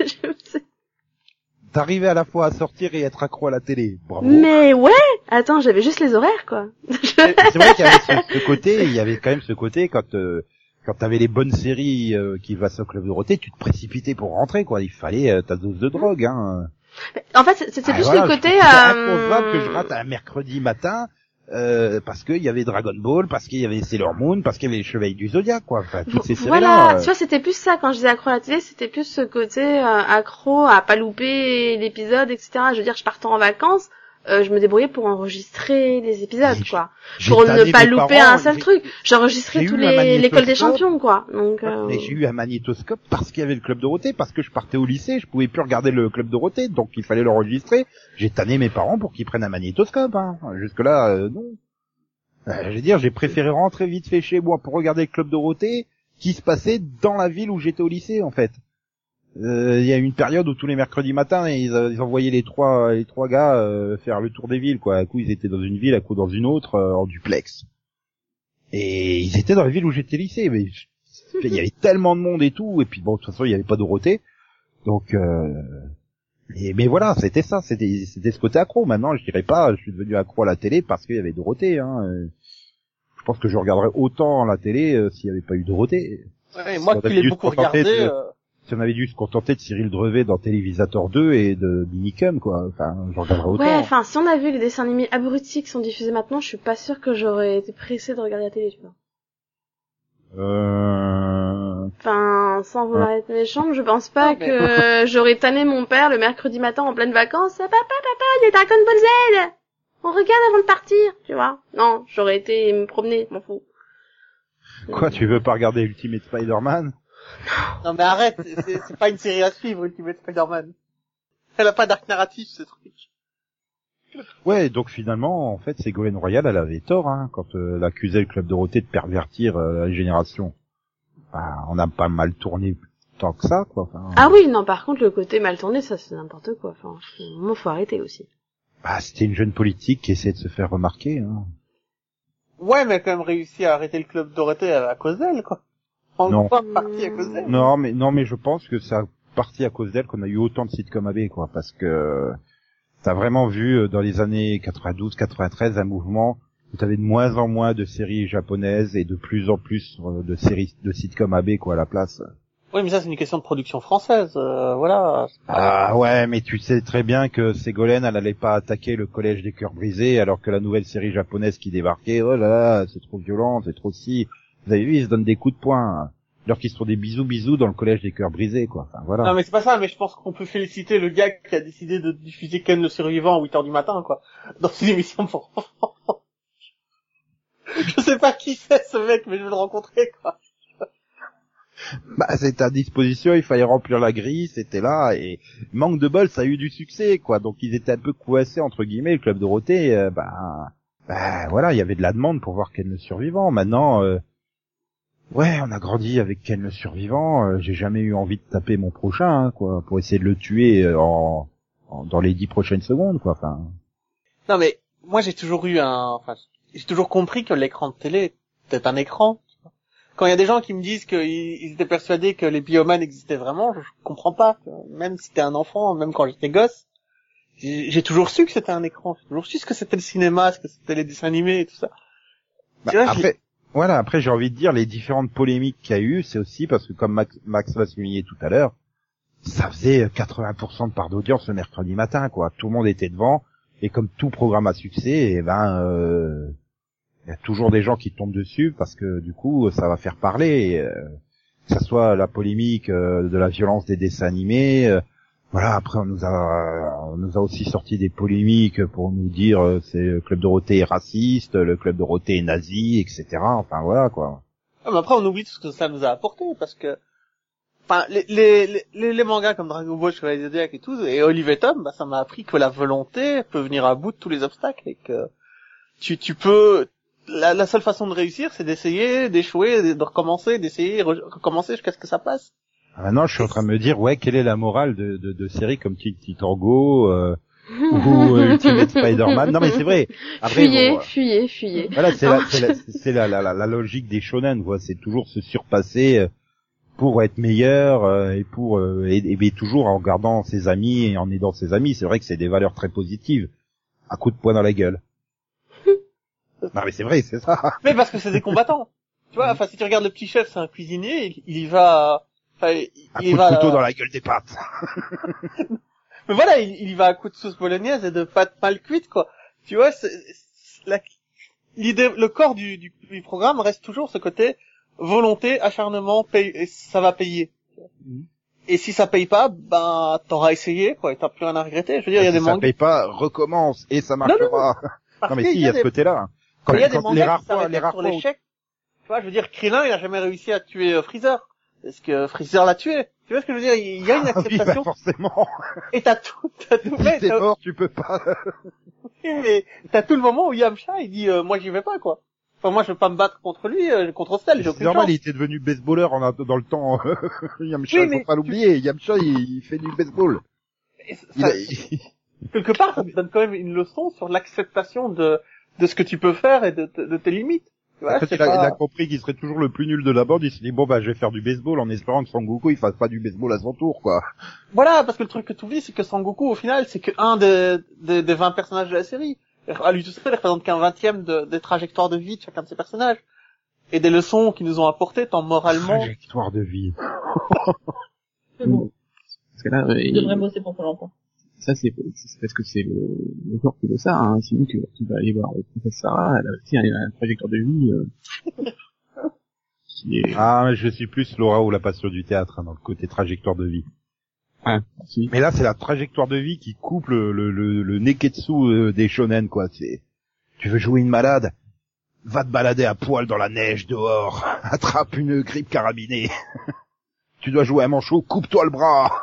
T'arrivais à la fois à sortir et être accro à la télé, bravo. Mais ouais, attends, j'avais juste les horaires, quoi. C'est vrai qu'il y avait ce, ce côté, il y avait quand même ce côté quand euh, quand t'avais les bonnes séries euh, qui passaient au Club Dorothée, tu te précipitais pour rentrer, quoi. Il fallait euh, ta dose de drogue, hein. En fait, c'est- c'était Ah, plus voilà, le côté. C'était euh, inconcevable que je rate un mercredi matin euh, parce qu'il y avait Dragon Ball, parce qu'il y avait Sailor Moon, parce qu'il y avait les Chevaliers du Zodiac, quoi. Enfin, toutes ces séries-là. Voilà, euh. tu vois, c'était plus ça quand je disais accro à la télé, c'était plus ce côté euh, accro à pas louper l'épisode, et cetera. Je veux dire, je partais en vacances, euh, je me débrouillais pour enregistrer les épisodes, j'ai- quoi, j'ai pour tanné ne pas mes louper parents, un seul j'ai- truc. J'enregistrais j'ai tous eu un les l'école des magnétoscope. champions, quoi. Donc, euh... Mais j'ai eu un magnétoscope parce qu'il y avait le Club Dorothée, parce que je partais au lycée, je pouvais plus regarder le Club Dorothée, donc il fallait l'enregistrer. J'ai tanné mes parents pour qu'ils prennent un magnétoscope, hein. Jusque là, euh, non. Euh, je veux dire, j'ai préféré rentrer vite fait chez moi pour regarder le Club Dorothée qui se passait dans la ville où j'étais au lycée, en fait. Euh, Il y a eu une période où tous les mercredis matins, ils, euh, ils envoyaient les trois les trois gars euh, faire le tour des villes, quoi. À coup, ils étaient dans une ville, à coup dans une autre, euh, en duplex. Et ils étaient dans la ville où j'étais lycée, mais je- il y avait tellement de monde et tout, et puis bon, de toute façon, il n'y avait pas Dorothée. Donc, euh, et, mais voilà, c'était ça, c'était c'était ce côté accro. Maintenant, je dirais pas, je suis devenu accro à la télé parce qu'il y avait Dorothée, hein. Euh, Je pense que je regarderais autant la télé euh, s'il n'y avait pas eu Dorothée. Ouais, moi Si on qui avait l'ai dû beaucoup se contenter regardé, de- euh, Si on avait dû se contenter de Cyril Drevet dans Télévisateur deux et de Minicum, quoi. Enfin, je regarderais autant. ouais, enfin, si on a vu les dessins animés abrutis qui sont diffusés maintenant, je suis pas sûre que j'aurais été pressée de regarder la télé, tu vois. Euh... Enfin, sans vouloir être méchante, je pense pas Non, mais- que j'aurais tanné mon père le mercredi matin en pleine vacances. Papa, papa, il y a Dragon Ball Z! On regarde avant de partir, tu vois. Non, j'aurais été me promener, m'en fous. Quoi, tu veux pas regarder Ultimate Spider-Man? non mais arrête, c'est- c'est c'est pas une série à suivre, Ultimate Spider-Man. Elle a pas d'arc narratif, ce truc. Ouais, donc finalement, en fait, Ségolène Royal, elle avait tort, hein, quand euh, elle accusait le Club Dorothée de pervertir euh, la génération. Enfin, on a pas mal tourné tant que ça, quoi. Enfin, Ah oui, non, par contre, le côté mal tourné, ça c'est n'importe quoi. Enfin, il faut arrêter aussi. bah, c'était une jeune politique qui essayait de se faire remarquer, hein. Ouais, mais elle a quand même réussi à arrêter le club Dorothée à, à cause d'elle, quoi. En Non. grande partie à cause d'elle. Non, mais non, mais je pense que ça a parti à cause d'elle qu'on a eu autant de sitcoms A B, quoi, parce que t'as vraiment vu euh, dans les années quatre-vingt-douze quatre-vingt-treize un mouvement où t'avais de moins en moins de séries japonaises et de plus en plus euh, de séries de sitcoms A B, quoi, à la place. Oui, mais ça c'est une question de production française, euh, voilà. Ah ouais, mais tu sais très bien que Ségolène, elle allait pas attaquer le collège des cœurs brisés, alors que la nouvelle série japonaise qui débarquait, oh là là, c'est trop violent, c'est trop si. Vous avez vu, ils se donnent des coups de poing, alors qu'ils se font des bisous bisous dans le collège des cœurs brisés, quoi. Enfin voilà. Non mais c'est pas ça, mais je pense qu'on peut féliciter le gars qui a décidé de diffuser Ken le survivant à huit heures du matin, quoi, dans une émission pour enfants. Je sais pas qui c'est ce mec, mais je veux le rencontrer, quoi. Bah, c'était à disposition, il fallait remplir la grille, c'était là, et manque de bol, ça a eu du succès, quoi. Donc ils étaient un peu coincés, entre guillemets, le Club Dorothée, euh, bah, bah, voilà, il y avait de la demande pour voir Ken le survivant. Maintenant, euh, ouais, on a grandi avec Ken le survivant, euh, j'ai jamais eu envie de taper mon prochain, hein, quoi, pour essayer de le tuer euh, en, en dans les dix prochaines secondes, quoi, enfin. Non mais, moi j'ai toujours eu un, enfin, j'ai toujours compris que l'écran de télé était un écran. quand il y a des gens qui me disent qu'ils ils étaient persuadés que les biomanes existaient vraiment, je, je comprends pas. Même si t'es un enfant, même quand j'étais gosse, j'ai, j'ai toujours su que c'était un écran. J'ai toujours su ce que c'était le cinéma, ce que c'était les dessins animés et tout ça. Bah, vois, après, j'ai... voilà, après j'ai envie de dire les différentes polémiques qu'il y a eu, c'est aussi parce que comme Max, Max l'a souligné tout à l'heure, ça faisait quatre-vingts pour cent de part d'audience le mercredi matin, quoi. Tout le monde était devant, et comme tout programme à succès, eh ben, euh, il y a toujours des gens qui tombent dessus parce que du coup, ça va faire parler, euh, que ça soit la polémique euh, de la violence des dessins animés. Euh, voilà, après on nous a, on nous a aussi sorti des polémiques pour nous dire euh, c'est le Club Dorothée est raciste, le Club Dorothée est nazi, et cetera. Enfin voilà quoi. Ah, mais après on oublie tout ce que ça nous a apporté parce que Enfin, les, les, les, les mangas comme Dragon Ball, Chevalier Zodiac et tout, et Olive et Tom, bah, ça m'a appris que la volonté peut venir à bout de tous les obstacles et que tu, tu peux, la, la seule façon de réussir, c'est d'essayer, d'échouer, de recommencer, d'essayer, re- recommencer jusqu'à ce que ça passe. Maintenant, je suis en train de me dire, ouais, quelle est la morale de, de, de séries comme Teen Titan Go, euh, ou euh, Ultimate Spider-Man? Non, mais c'est vrai. Après, fuyez, bon, fuyez, fuyez. Voilà, c'est la, c'est la, c'est la, la, la, la logique des shonen, quoi. C'est toujours se surpasser, euh, pour être meilleur euh, et pour euh, et, et toujours en regardant ses amis et en aidant ses amis. C'est vrai que c'est des valeurs très positives. Un coup de poing dans la gueule. Non mais c'est vrai, c'est ça. Mais parce que c'est des combattants. Tu vois, enfin si tu regardes le petit chef, c'est un cuisinier, il, il y va. Enfin, il, un il coup va de couteau là... dans la gueule des pâtes. Mais voilà, il, il y va à coup de sauce bolognaise et de pâtes mal cuites, quoi. Tu vois, c'est, c'est la, l'idée, le corps du, du, du programme reste toujours ce côté volonté, acharnement, paye, et ça va payer. Mmh. Et si ça paye pas, ben t'auras essayé, quoi, et t'as plus rien à regretter. Je veux dire, il y a si des ça mangas. paye pas, recommence et ça marchera. Non, non, non. non mais si, il y a ce côté-là. Quand il y a des mangas les rares fois, les rares fois, l'échec. Tu vois, je veux dire, Krillin, il a jamais réussi à tuer euh, Freezer. Est-ce que Freezer l'a tué? Tu vois ce que je veux dire? Il y a une acceptation. Oui, bah forcément. Et t'as tout, t'as tout fait. Si t'es mort, tu peux pas. Oui, mais t'as tout le moment où Yamcha, il dit, euh, moi j'y vais pas, quoi. Enfin, moi, je veux pas me battre contre lui, euh, contre Cell, j'ai aucune chance. C'est normal, il était devenu baseballeur en, dans le temps. Yamcha, oui, mais... faut pas l'oublier. Yamcha, il, il fait du baseball. Ça, a... Quelque part, ça te donne quand même une leçon sur l'acceptation de, de ce que tu peux faire et de, de, de tes limites. Ouais, en fait, il, pas... a, il a compris qu'il serait toujours le plus nul de la bande, il s'est dit, bon, bah, je vais faire du baseball en espérant que Sangoku, il fasse pas du baseball à son tour, quoi. Voilà, parce que le truc que tu oublies, c'est que Sangoku, au final, c'est que un des, des, des vingt personnages de la série. À lui tout seul, il représente qu'un vingtième de, des trajectoires de vie de chacun de ces personnages. Et des leçons qu'ils nous ont apportées, tant moralement... Trajectoire de vie. C'est bon. Parce que là, euh, il devrait bosser pour Pôle emploi. Ça, c'est, c'est parce que c'est le, le genre qui veut ça, hein. Sinon, tu, tu vas aller voir Princesse Sarah, elle a aussi un, un trajectoire de vie, euh... qui est... Ah, je suis plus Laura ou la passion du théâtre, hein, dans le côté trajectoire de vie. Ah, si. Mais là, c'est la trajectoire de vie qui coupe le, le, le, le neketsu euh, des shonen, quoi. C'est, tu veux jouer une malade? Va te balader à poil dans la neige dehors. Attrape une grippe carabinée. Tu dois jouer un manchot, coupe-toi le bras.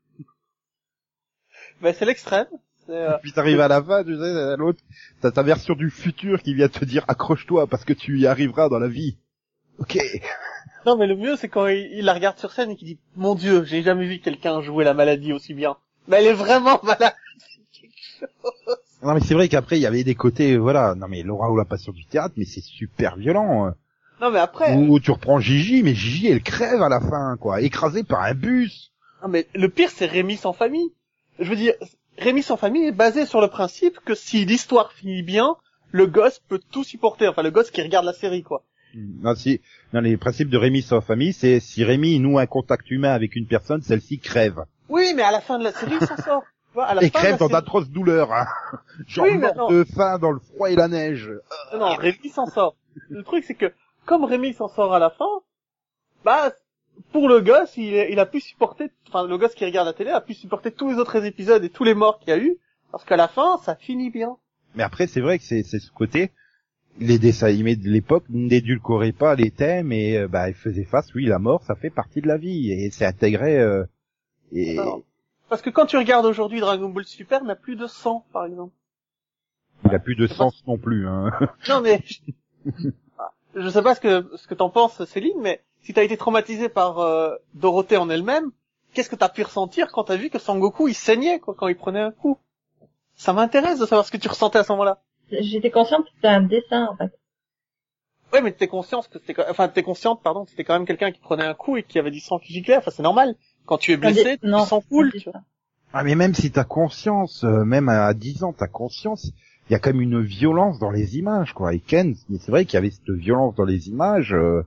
Ben, c'est l'extrême. C'est, euh... Puis t'arrives à la fin, tu sais, l'autre, t'as ta version du futur qui vient te dire accroche-toi parce que tu y arriveras dans la vie. Ok. Non, mais le mieux, c'est quand il, il la regarde sur scène et qu'il dit, mon Dieu, j'ai jamais vu quelqu'un jouer la maladie aussi bien. Mais elle est vraiment malade. Non, mais c'est vrai qu'après, il y avait des côtés, voilà, non mais Laura ou la passion du théâtre, mais c'est super violent. Non, mais après... Ou tu reprends Gigi, mais Gigi, elle crève à la fin, quoi, écrasée par un bus. Non, mais le pire, c'est Rémi sans famille. Je veux dire, Rémi sans famille est basé sur le principe que si l'histoire finit bien, le gosse peut tout supporter. Enfin, le gosse qui regarde la série, quoi. Non, si, non, les principes de Rémi sans famille, c'est si Rémi noue un contact humain avec une personne, celle-ci crève. Oui, mais à la fin de la série, il s'en sort. Tu vois, à la et fin crève de dans série... d'atroces douleurs, hein. Genre oui, mort de faim dans le froid et la neige. Non, non, Rémi s'en sort. Le truc, c'est que, comme Rémi s'en sort à la fin, bah, pour le gosse, il, il a pu supporter, enfin, le gosse qui regarde la télé a pu supporter tous les autres épisodes et tous les morts qu'il y a eu, parce qu'à la fin, ça finit bien. Mais après, c'est vrai que c'est, c'est ce côté, les dessins animés de l'époque n'édulcoraient pas les thèmes et, euh, bah, ils faisaient face, oui, la mort, ça fait partie de la vie, et c'est intégré, euh, et... Alors, parce que quand tu regardes aujourd'hui Dragon Ball Super, n'a plus de sang, par exemple. Il a plus de sens non plus, hein. Non, mais, je sais pas ce que, ce que t'en penses, Céline, mais si t'as été traumatisé par euh, Dorothée en elle-même, qu'est-ce que t'as pu ressentir quand t'as vu que Sangoku, il saignait, quoi, quand il prenait un coup? Ça m'intéresse de savoir ce que tu ressentais à ce moment-là. J'étais consciente que c'était un dessin, en fait. Ouais, mais t'es consciente que c'était, enfin, t'es consciente, pardon, que c'était quand même quelqu'un qui prenait un coup et qui avait du sang qui giclait. Enfin, c'est normal. Quand tu es blessé, tu sens cool, tu vois. Ah, mais même si t'as conscience, euh, même à dix ans, t'as conscience, il y a quand même une violence dans les images, quoi. Et Ken, c'est vrai qu'il y avait cette violence dans les images, euh,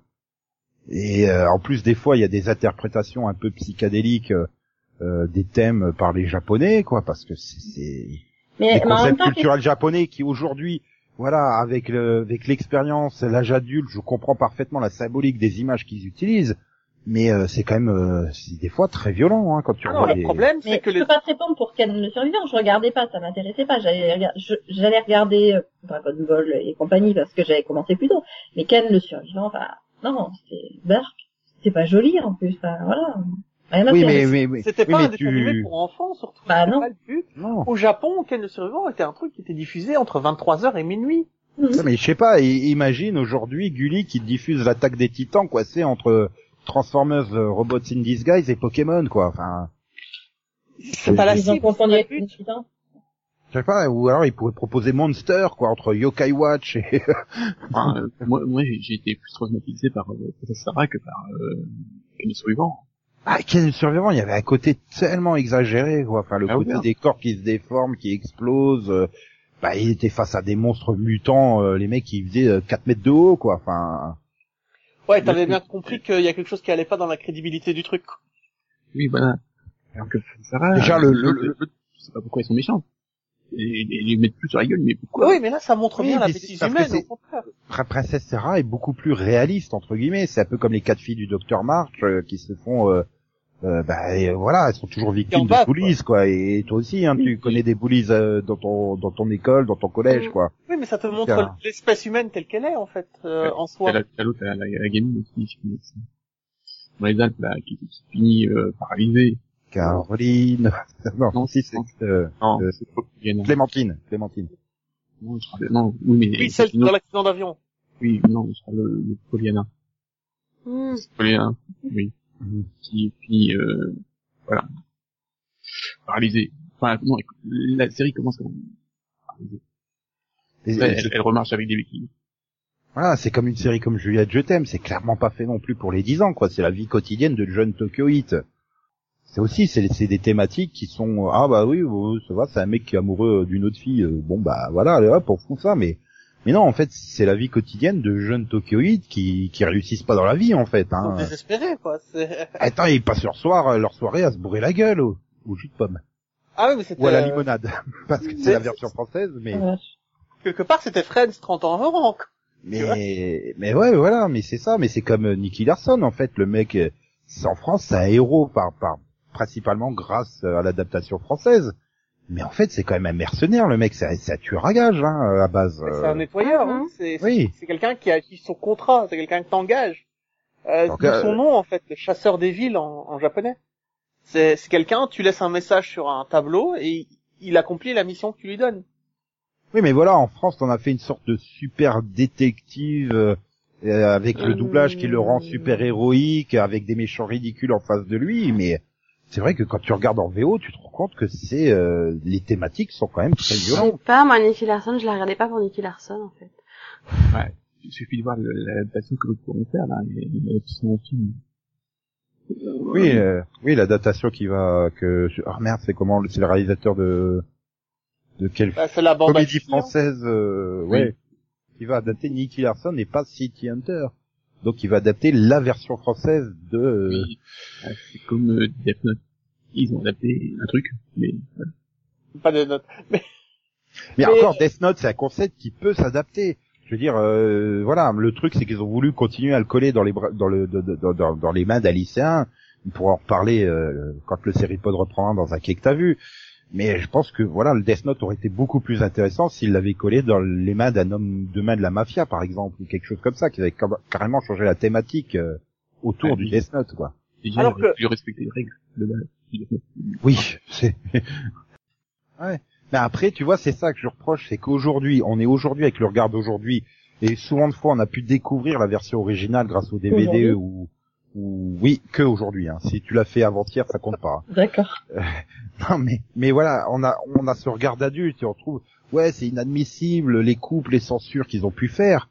et euh, en plus, des fois, il y a des interprétations un peu psychédéliques euh, euh, des thèmes par les Japonais, quoi, parce que c'est, c'est mais, des concepts temps, culturels japonais qui, aujourd'hui, voilà, avec le, avec l'expérience, l'âge adulte, je comprends parfaitement la symbolique des images qu'ils utilisent, mais euh, c'est quand même, euh, c'est des fois très violent, hein, quand tu ah revois non, les... le problème, c'est mais que je les... peux pas te répondre pour Ken le survivant, je regardais pas, ça m'intéressait pas, j'allais regarder, je, j'allais regarder euh, Dragon Ball et compagnie parce que j'avais commencé plus tôt, mais Ken le survivant, enfin, non, c'est dark, c'est pas joli en plus, enfin, voilà. Rien à Oui, faire. mais, mais, mais, C'était oui, pas mais un dessin tu... animé pour enfants, surtout. Bah C'était non. pas le but. Non. Au Japon, Ken le survivant était un truc qui était diffusé entre vingt-trois heures et minuit. Ouais, mais je sais pas, i- imagine aujourd'hui Gulli qui diffuse l'attaque des Titans, quoi, c'est entre Transformers, euh, Robots in Disguise et Pokémon, quoi, enfin... C'est pas la Ils ont cible, confondu c'est avec pas le une but. titan. Je sais pas, ou alors ils pourraient proposer Monster, quoi, entre Yokai Watch et... Enfin, euh, moi, moi j'ai, j'ai été plus traumatisé par euh, Professeur Sarah que par euh, le survivant. Ah, Ken le survivant, il y avait un côté tellement exagéré, quoi, enfin, le Ah, côté oui, des corps qui se déforment, qui explosent, euh, bah, il était face à des monstres mutants, euh, les mecs, ils faisaient euh, quatre mètres de haut, quoi, enfin... Ouais, t'avais bien compris qu'il y a quelque chose qui allait pas dans la crédibilité du truc. Oui, voilà. Alors que Sarah, Déjà, euh, le- l'autre, le- l'autre, je sais pas pourquoi ils sont méchants. Et, et les mettre plus sur la gueule, mais pourquoi? Oui, mais là, ça montre Oui, bien la mais bêtise parce que humaine, c'est- au contraire. Pr- Princesse Sarah est beaucoup plus réaliste, entre guillemets, c'est un peu comme les quatre filles du Docteur March, euh, qui se font... Euh, euh, bah et, euh, voilà, elles sont toujours victimes bavent, de bullies, quoi. Et toi aussi, hein, tu connais des bullies euh, dans ton dans ton école, dans ton collège, quoi. Oui, mais ça te montre Tiens. l'espèce humaine telle qu'elle est, en fait, euh, en soi. T'as la- t'as l'autre, la, la, la gamine aussi, qui finit dans les Alpes, là, qui, qui finit euh, paralysée. Caroline, non, Non, si c'est non. euh, Non, euh, c'est trop Clémentine. Clémentine, Clémentine. Non, je parle- non, oui, mais... Oui, celle c'est une dans autre- l'accident d'avion. Oui, non, je parle le, le Poliana. Hmm. Poliana, oui. Mhm. Qui finit, euh, voilà. Paralysée. Enfin, non, écoute, la série commence comme paralysée. Et- Après, et- elle, elle remarche avec des béquilles. Voilà, c'est comme une série comme Juliette Je t'aime, c'est clairement pas fait non plus pour les dix ans, quoi. C'est la vie quotidienne de jeunes Tokyoïtes. C'est aussi, c'est, c'est des thématiques qui sont, ah bah oui, oh, ça va, c'est un mec qui est amoureux d'une autre fille, euh, bon bah voilà, allez hop, on fout ça, mais, mais non, en fait, c'est la vie quotidienne de jeunes Tokyoïtes qui, qui réussissent pas dans la vie, en fait, Ils sont hein. désespérés, quoi. C'est... Attends, ils passent leur soir, leur soirée à se bourrer la gueule au, au jus de pomme. Ah oui, mais c'était... Ou à la euh, limonade. Parce que c'est c'est- la version française, mais, Ouais. Quelque part, c'était Friends trente ans avant, quoi. mais, mais ouais, voilà, mais c'est ça, mais c'est comme euh, Nicky Larson, en fait, le mec, euh, c'est en France, c'est un héros par, par, principalement grâce à l'adaptation française. Mais en fait, c'est quand même un mercenaire, le mec, c'est un, c'est un tueur à gages, hein, à la base. Mais euh. C'est un nettoyeur, Mhm. hein. C'est, c'est, Oui. c'est quelqu'un qui agit son contrat, c'est quelqu'un qui t'engage. Euh, Donc, d'où euh, son nom, en fait, le chasseur des villes en, en japonais. C'est, c'est quelqu'un, tu laisses un message sur un tableau et il, il accomplit la mission que tu lui donnes. Oui, mais voilà, en France, on a fait une sorte de super détective euh, euh, avec le doublage qui le rend super héroïque, avec des méchants ridicules en face de lui, mais c'est vrai que quand tu regardes en V O, tu te rends compte que c'est euh, les thématiques sont quand même très Je violentes. sais pas, moi, Nicky Larson, je la regardais pas pour Nicky Larson, en fait. Ouais. Il suffit de voir le- l'adaptation que vous pourrez faire, là, et l'adaptation en film. Oui, euh, oui, la datation qui va que ah merde, c'est comment c'est le réalisateur de de quelle Bah, c'est la bande comédie à filles, hein. française euh, ouais, qui va adapter Nicky Larson et pas City Hunter. Donc il va adapter la version française de euh, Oui. Ouais, c'est comme euh, Death Note. Ils ont adapté un truc, mais voilà. Pas de notes. Mais, Mais, Mais- encore, Death Note, c'est un concept qui peut s'adapter. Je veux dire, euh, voilà, le truc, c'est qu'ils ont voulu continuer à le coller dans les bras, dans le, dans, dans, dans les mains d'un lycéen. On pourra en reparler euh, quand le Seripod reprendra dans un quai que t'as vu. Mais je pense que voilà, le Death Note aurait été beaucoup plus intéressant s'il l'avait collé dans les mains d'un homme de main de la mafia, par exemple, ou quelque chose comme ça, qui avait car- carrément changé la thématique euh, autour Ah, du oui. Death Note, quoi. Déjà, Alors il aurait que- pu respecter les règles de base. Oui, c'est. Ouais. Mais après, tu vois, c'est ça que je reproche, c'est qu'aujourd'hui, on est aujourd'hui avec le regard d'aujourd'hui, et souvent de fois, on a pu découvrir la version originale grâce au D V D Aujourd'hui. ou, ou oui, que aujourd'hui. Hein. Si tu l'as fait avant-hier, ça compte pas. D'accord. Non, mais mais voilà, on a on a ce regard d'adulte et on trouve, ouais, c'est inadmissible les coupes, les censures qu'ils ont pu faire.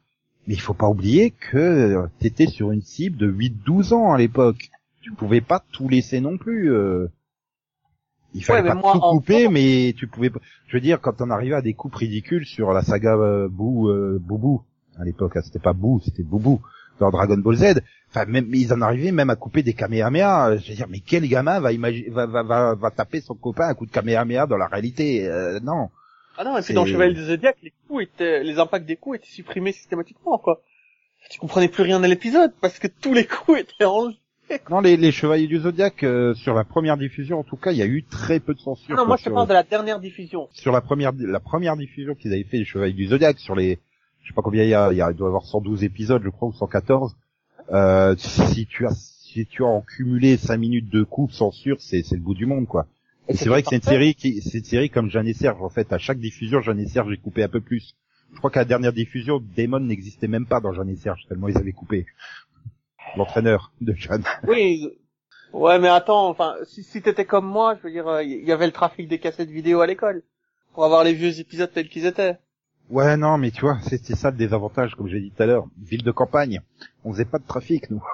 Mais il faut pas oublier que t'étais sur une cible de huit douze ans à l'époque. Tu pouvais pas tout laisser non plus. Euh... Il fallait Ouais, pas mais moi, tout en couper, temps- mais tu pouvais pas... Je veux dire, quand on arrivait à des coupes ridicules sur la saga euh, Boo, euh, Boubou, à l'époque, hein, c'était pas Boo, c'était Boubou, dans Dragon Ball Z, enfin, même, ils en arrivaient même à couper des Kamehameha. Je veux dire, mais quel gamin va imaginer, va, va, va, va taper son copain un coup de Kamehameha dans la réalité? euh, Non. Ah non, et puis C'est- dans Chevalier du Zodiac, les coups étaient, les impacts des coups étaient supprimés systématiquement, quoi. Tu comprenais plus rien à l'épisode, parce que tous les coups étaient enlevés. Non, les, les Chevaliers du Zodiac, euh, sur la première diffusion, en tout cas, il y a eu très peu de censure. Non, quoi, moi je te sur, parle de la dernière diffusion. sur la première, la première diffusion qu'ils avaient fait, les Chevaliers du Zodiac, sur les, je sais pas combien il y a, il y a, il doit y avoir cent douze épisodes, je crois, ou cent quatorze. Euh, si tu as, si tu as en cumulé cinq minutes de coupe censure, c'est, c'est le bout du monde, quoi. Et c'est vrai que c'est une série qui, c'est une série comme Jeanne et Serge, en fait. À chaque diffusion, Jeanne et Serge, j'ai coupé un peu plus. Je crois qu'à la dernière diffusion, Damon n'existait même pas dans Jeanne et Serge, tellement ils avaient coupé. L'entraîneur de Jeanne. Oui. Ouais, mais attends, enfin, si, si t'étais comme moi, je veux dire, il y avait le trafic des cassettes vidéo à l'école. Pour avoir les vieux épisodes tels qu'ils étaient. Ouais, non, mais tu vois, c'était ça le désavantage, comme j'ai dit tout à l'heure. Ville de campagne. On faisait pas de trafic, nous.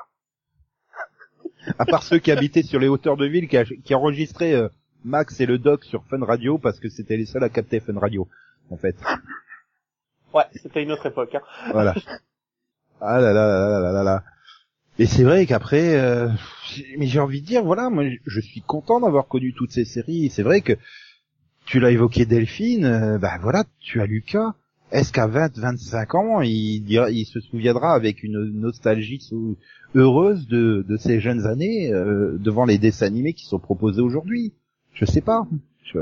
À part ceux qui habitaient sur les hauteurs de ville, qui, a- qui enregistraient euh, Max et le Doc sur Fun Radio, parce que c'était les seuls à capter Fun Radio, en fait. Ouais, c'était une autre époque, hein. Voilà. Ah là là là là là là là. Et c'est vrai qu'après, euh, j'ai- mais j'ai envie de dire, voilà, moi, je- je suis content d'avoir connu toutes ces séries. C'est vrai que tu l'as évoqué, Delphine. Euh, bah voilà, tu as Lucas. Est-ce qu'à vingt, vingt-cinq ans, il dira, il se souviendra avec une nostalgie sou- heureuse de, de ces jeunes années euh, devant les dessins animés qui sont proposés aujourd'hui? Je sais pas. Je...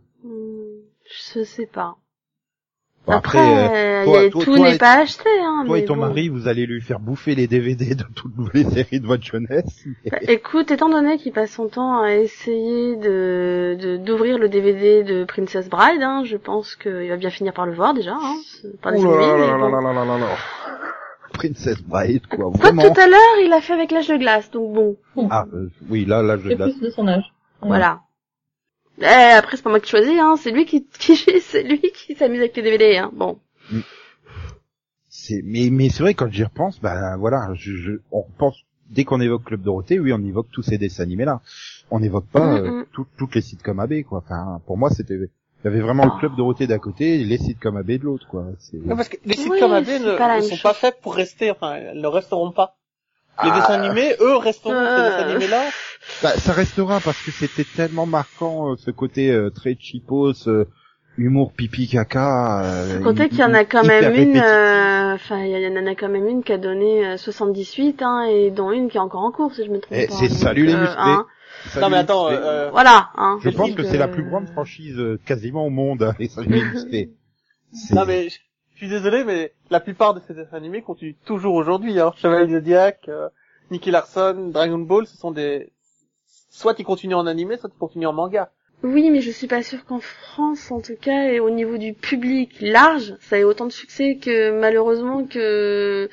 Je sais pas. Bon, Après, euh, euh, toi- y a- toi- tout toi n'est et- pas acheté, hein. Toi mais et ton bon. mari, vous allez lui faire bouffer les D V D de toutes les séries de votre jeunesse. Bah, écoute, étant donné qu'il passe son temps à essayer de de- d'ouvrir le D V D de Princess Bride, hein, je pense qu'il va bien finir par le voir déjà. Hein. C'est pas des Ouh là ennuis, là mais là bon. là là là là là. Princess Bride, quoi, Quoi, vraiment. tout à l'heure, il a fait avec l'âge de glace, donc bon. Ah, euh, oui, là, là, je C'est glace. plus de son âge. Voilà. Eh, après, c'est pas moi qui choisis, hein. C'est lui qui, qui c'est lui qui s'amuse avec les D V D, hein. Bon. C'est, mais, mais c'est vrai, quand j'y repense, ben, voilà, je, je, on repense, dès qu'on évoque Club Dorothée, oui, on évoque tous ces dessins animés-là. On n'évoque pas, Mm, euh, mm. tout- toutes les sitcoms A B, quoi. Enfin, pour moi, c'était, il y avait vraiment le Club Dorothée d'un côté et les sitcoms A B de l'autre, quoi. C'est... Ouais, parce que les Oui, sitcoms A B c'est ne, pas la ne même sont chose. pas faits pour rester, enfin, elles ne resteront pas. Les Ah. dessins animés, eux, resteront, Euh. ces dessins animés-là. Bah, ça restera parce que c'était tellement marquant, euh, ce côté euh, très cheapos, euh, humour pipi caca. Euh, Faut compter hy- qu'il y en a quand hyper même une, répétitif. euh, enfin, il y en a quand même une qui a donné euh, soixante-dix-huit, hein, et dont une qui est encore en cours, si je me trompe Eh, pas. c'est Donc, salut les euh, musclés. hein. Salut Non, mais les attends, musclés. euh, Voilà, hein. Je pense Donc, que c'est la euh, plus grande franchise euh, quasiment au monde, hein, les Salut les musclés. C'est- Non, mais, je je suis désolé, mais la plupart de ces dessins animés continuent toujours aujourd'hui, hein. Chevalier du Zodiac, euh, Nicky Larson, Dragon Ball, ce sont des, soit ils continuent en animé, soit ils continuent en manga. Oui, mais je suis pas sûre qu'en France, en tout cas, et au niveau du public large, ça ait autant de succès que, malheureusement, que,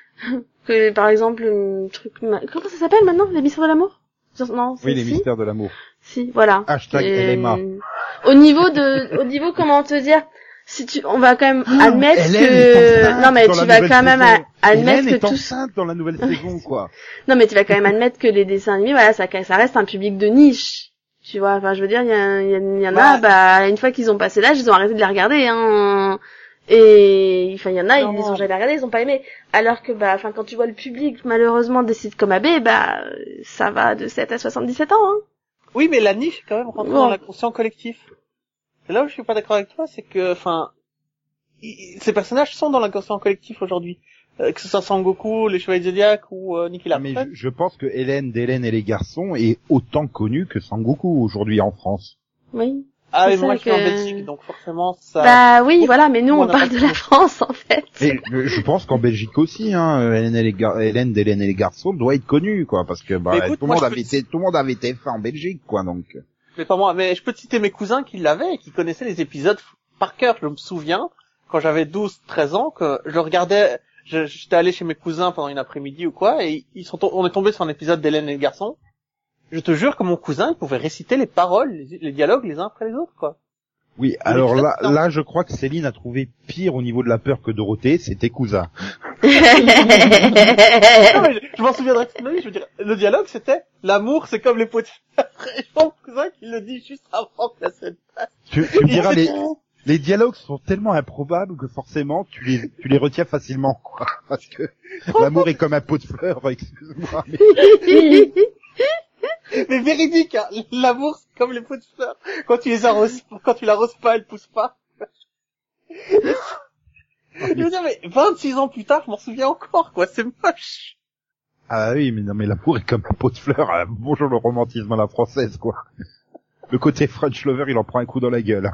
que, par exemple, un truc, ma- comment ça s'appelle maintenant? Les mystères de l'amour? Non, c'est Oui, les si. mystères de l'amour. Si, voilà. Hashtag Et, L M A. euh, Au niveau de, au niveau, comment te dire, si tu, on va quand même admettre Hélène est que, enceinte non mais dans tu la vas nouvelle quand même saison. a- admettre Hélène que est tout, enceinte dans la nouvelle saison, quoi. non mais tu vas quand même admettre que les dessins animés, voilà, ça, ça reste un public de niche. Tu vois, enfin, je veux dire, il y, a- il y, a- il y en a, bah, une fois qu'ils ont passé l'âge, ils ont arrêté de les regarder, hein. Et, enfin, il y en a, ils Non. les ont jamais regardés, ils ont pas aimé. Alors que, bah, enfin, quand tu vois le public, malheureusement, des sites comme A B, bah, ça va de sept à soixante-dix-sept ans, hein. Oui, mais la niche, quand même, rentre Ouais. dans l'inconscient collectif. C'est là où je suis pas d'accord avec toi, c'est que, enfin, i- ces personnages sont dans l'inconscient collectif aujourd'hui. Euh, que ce soit Sangoku, les Chevaliers du Zodiac ou euh, Nicky Ah, mais Larson. je, je pense que Hélène d'Hélène et les garçons est autant connue que Sangoku aujourd'hui en France. Oui. Ah, c'est mais moi ça je suis en que- Belgique, donc forcément ça... Bah oui, voilà, mais nous, Moi, on n'a parle pas de de la France, en fait. Et euh, je pense qu'en Belgique aussi, hein, Hélène, et les gar- Hélène d'Hélène et les garçons doit être connue, quoi, parce que bah, Mais écoute, tout le moi, monde je avait peux- été, tout le monde avait été fait en Belgique, quoi, donc. Mais pas moi, mais je peux te citer mes cousins qui l'avaient et qui connaissaient les épisodes par cœur. Je me souviens, quand j'avais douze, treize ans, que je regardais, je- j'étais allé chez mes cousins pendant une après-midi ou quoi, et ils sont, on est tombé sur un épisode d'Hélène et le garçon. Je te jure que mon cousin, il pouvait réciter les paroles, les, les dialogues les uns après les autres, quoi. Oui, alors là, là, je crois que Céline a trouvé pire au niveau de la peur que Dorothée, c'était Cousin. Non, mais je, je m'en souviendrai toute ma vie, je veux dire, le dialogue c'était, l'amour c'est comme les pots de fleurs, et je pense que c'est qu'il le dit juste avant que la scène passe. Tu, tu me diras, les, les dialogues sont tellement improbables que forcément, tu les, tu les retiens facilement, quoi. Parce que l'amour est comme un pot de fleurs, excuse-moi. Mais... Mais véridique, hein, l'amour c'est comme les pots de fleurs. Quand tu les arroses, quand tu l'arroses pas, elles poussent pas. Je veux dire, mais vingt-six ans plus tard, je m'en souviens encore, quoi, c'est moche. Ah oui, mais non, mais l'amour est comme un pot de fleurs. Ah, bonjour le romantisme à la française, quoi. Le côté French lover, il en prend un coup dans la gueule.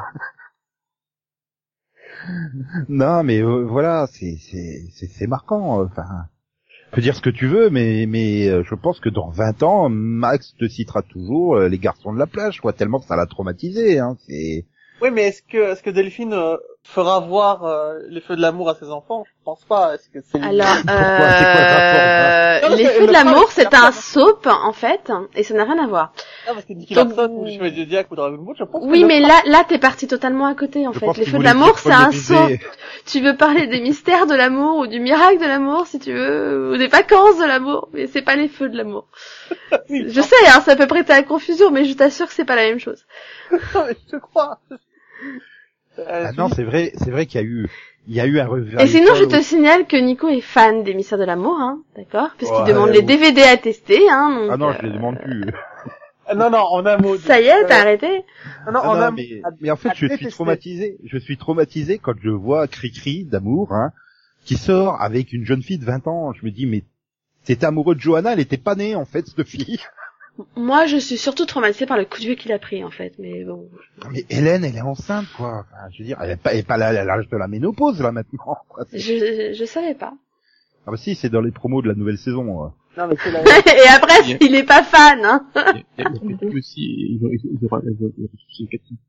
Non, mais euh, voilà, c'est c'est c'est c'est marquant. Enfin, tu peux dire ce que tu veux, mais mais euh, je pense que dans vingt ans, Max te citera toujours euh, les garçons de la plage, quoi, tellement que ça l'a traumatisé. Hein, c'est. Oui, mais est-ce que est-ce que Delphine euh, fera voir euh, les feux de l'amour à ses enfants? Je pense pas. Est-ce que c'est alors euh, les feux de l'amour, c'est un soap en fait, et ça n'a rien à voir. Non, parce que Nicky Larson ou les Chevaliers du Zodiac ou Dragon Ball, je pense. Oui, mais là, là, t'es parti totalement à côté en fait. Les feux de l'amour, c'est un soap. Tu veux parler des mystères de l'amour ou du miracle de l'amour, si tu veux, ou des vacances de l'amour, mais c'est pas les feux de l'amour. Je sais, hein, ça peut prêter à confusion, mais je t'assure que c'est pas la même chose. Non, mais je te crois. Euh, ah non, c'est vrai, c'est vrai qu'il y a eu, il y a eu un revers. Et sinon, je te signale que Nico est fan des mystères de l'amour, hein, d'accord, puisqu'il ouais, demande ouais, les D V D à tester, hein. Donc, ah non, euh... je les demande plus. Non, non, en un mot. Ça y est, t'as euh... arrêté. Non, non, ah en non, un mais, mot. mais en fait, je suis tester. traumatisé. Je suis traumatisé quand je vois Cricri d'amour, hein, qui sort avec une jeune fille de vingt ans. Je me dis, mais t'étais amoureux de Johanna, elle était pas née en fait, cette fille. Moi, je suis surtout traumatisée par le coup de vieux qu'il a pris, en fait, mais bon. Non, mais Hélène, elle est enceinte, quoi. Enfin, je veux dire, elle est pas, elle est pas à l'âge de la ménopause, là, maintenant, quoi. Je, je savais pas. Ah bah si, c'est dans les promos de la nouvelle saison. Ouais. Non, mais c'est la... Et après, il, a... il est pas fan, hein. Il y a, il y a aussi, ils ont, ils ont, ils ont, ils ont, Cathy.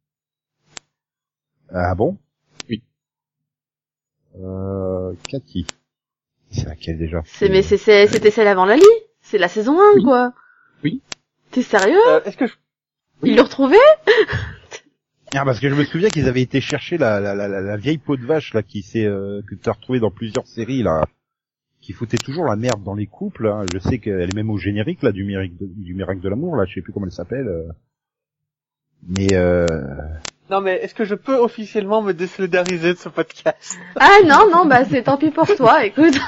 Ah bon? Oui. Euh, Cathy. C'est laquelle déjà? C'est, mais c'est, c'est, c'était celle avant Lali. C'est la saison un, oui. quoi. Oui. T'es sérieux? Euh, est-ce que je... Ils l'ont retrouvé? Ah, parce que je me souviens qu'ils avaient été chercher la, la, la, la vieille peau de vache, là, qui s'est, euh, que t'as retrouvée dans plusieurs séries, là, qui foutait toujours la merde dans les couples, hein. Je sais qu'elle est même au générique, là, du miracle de, du miracle de l'amour, là, je sais plus comment elle s'appelle, euh... mais euh... Non, mais est-ce que je peux officiellement me désolidariser de ce podcast? Ah non, non, bah c'est tant pis pour toi, écoute.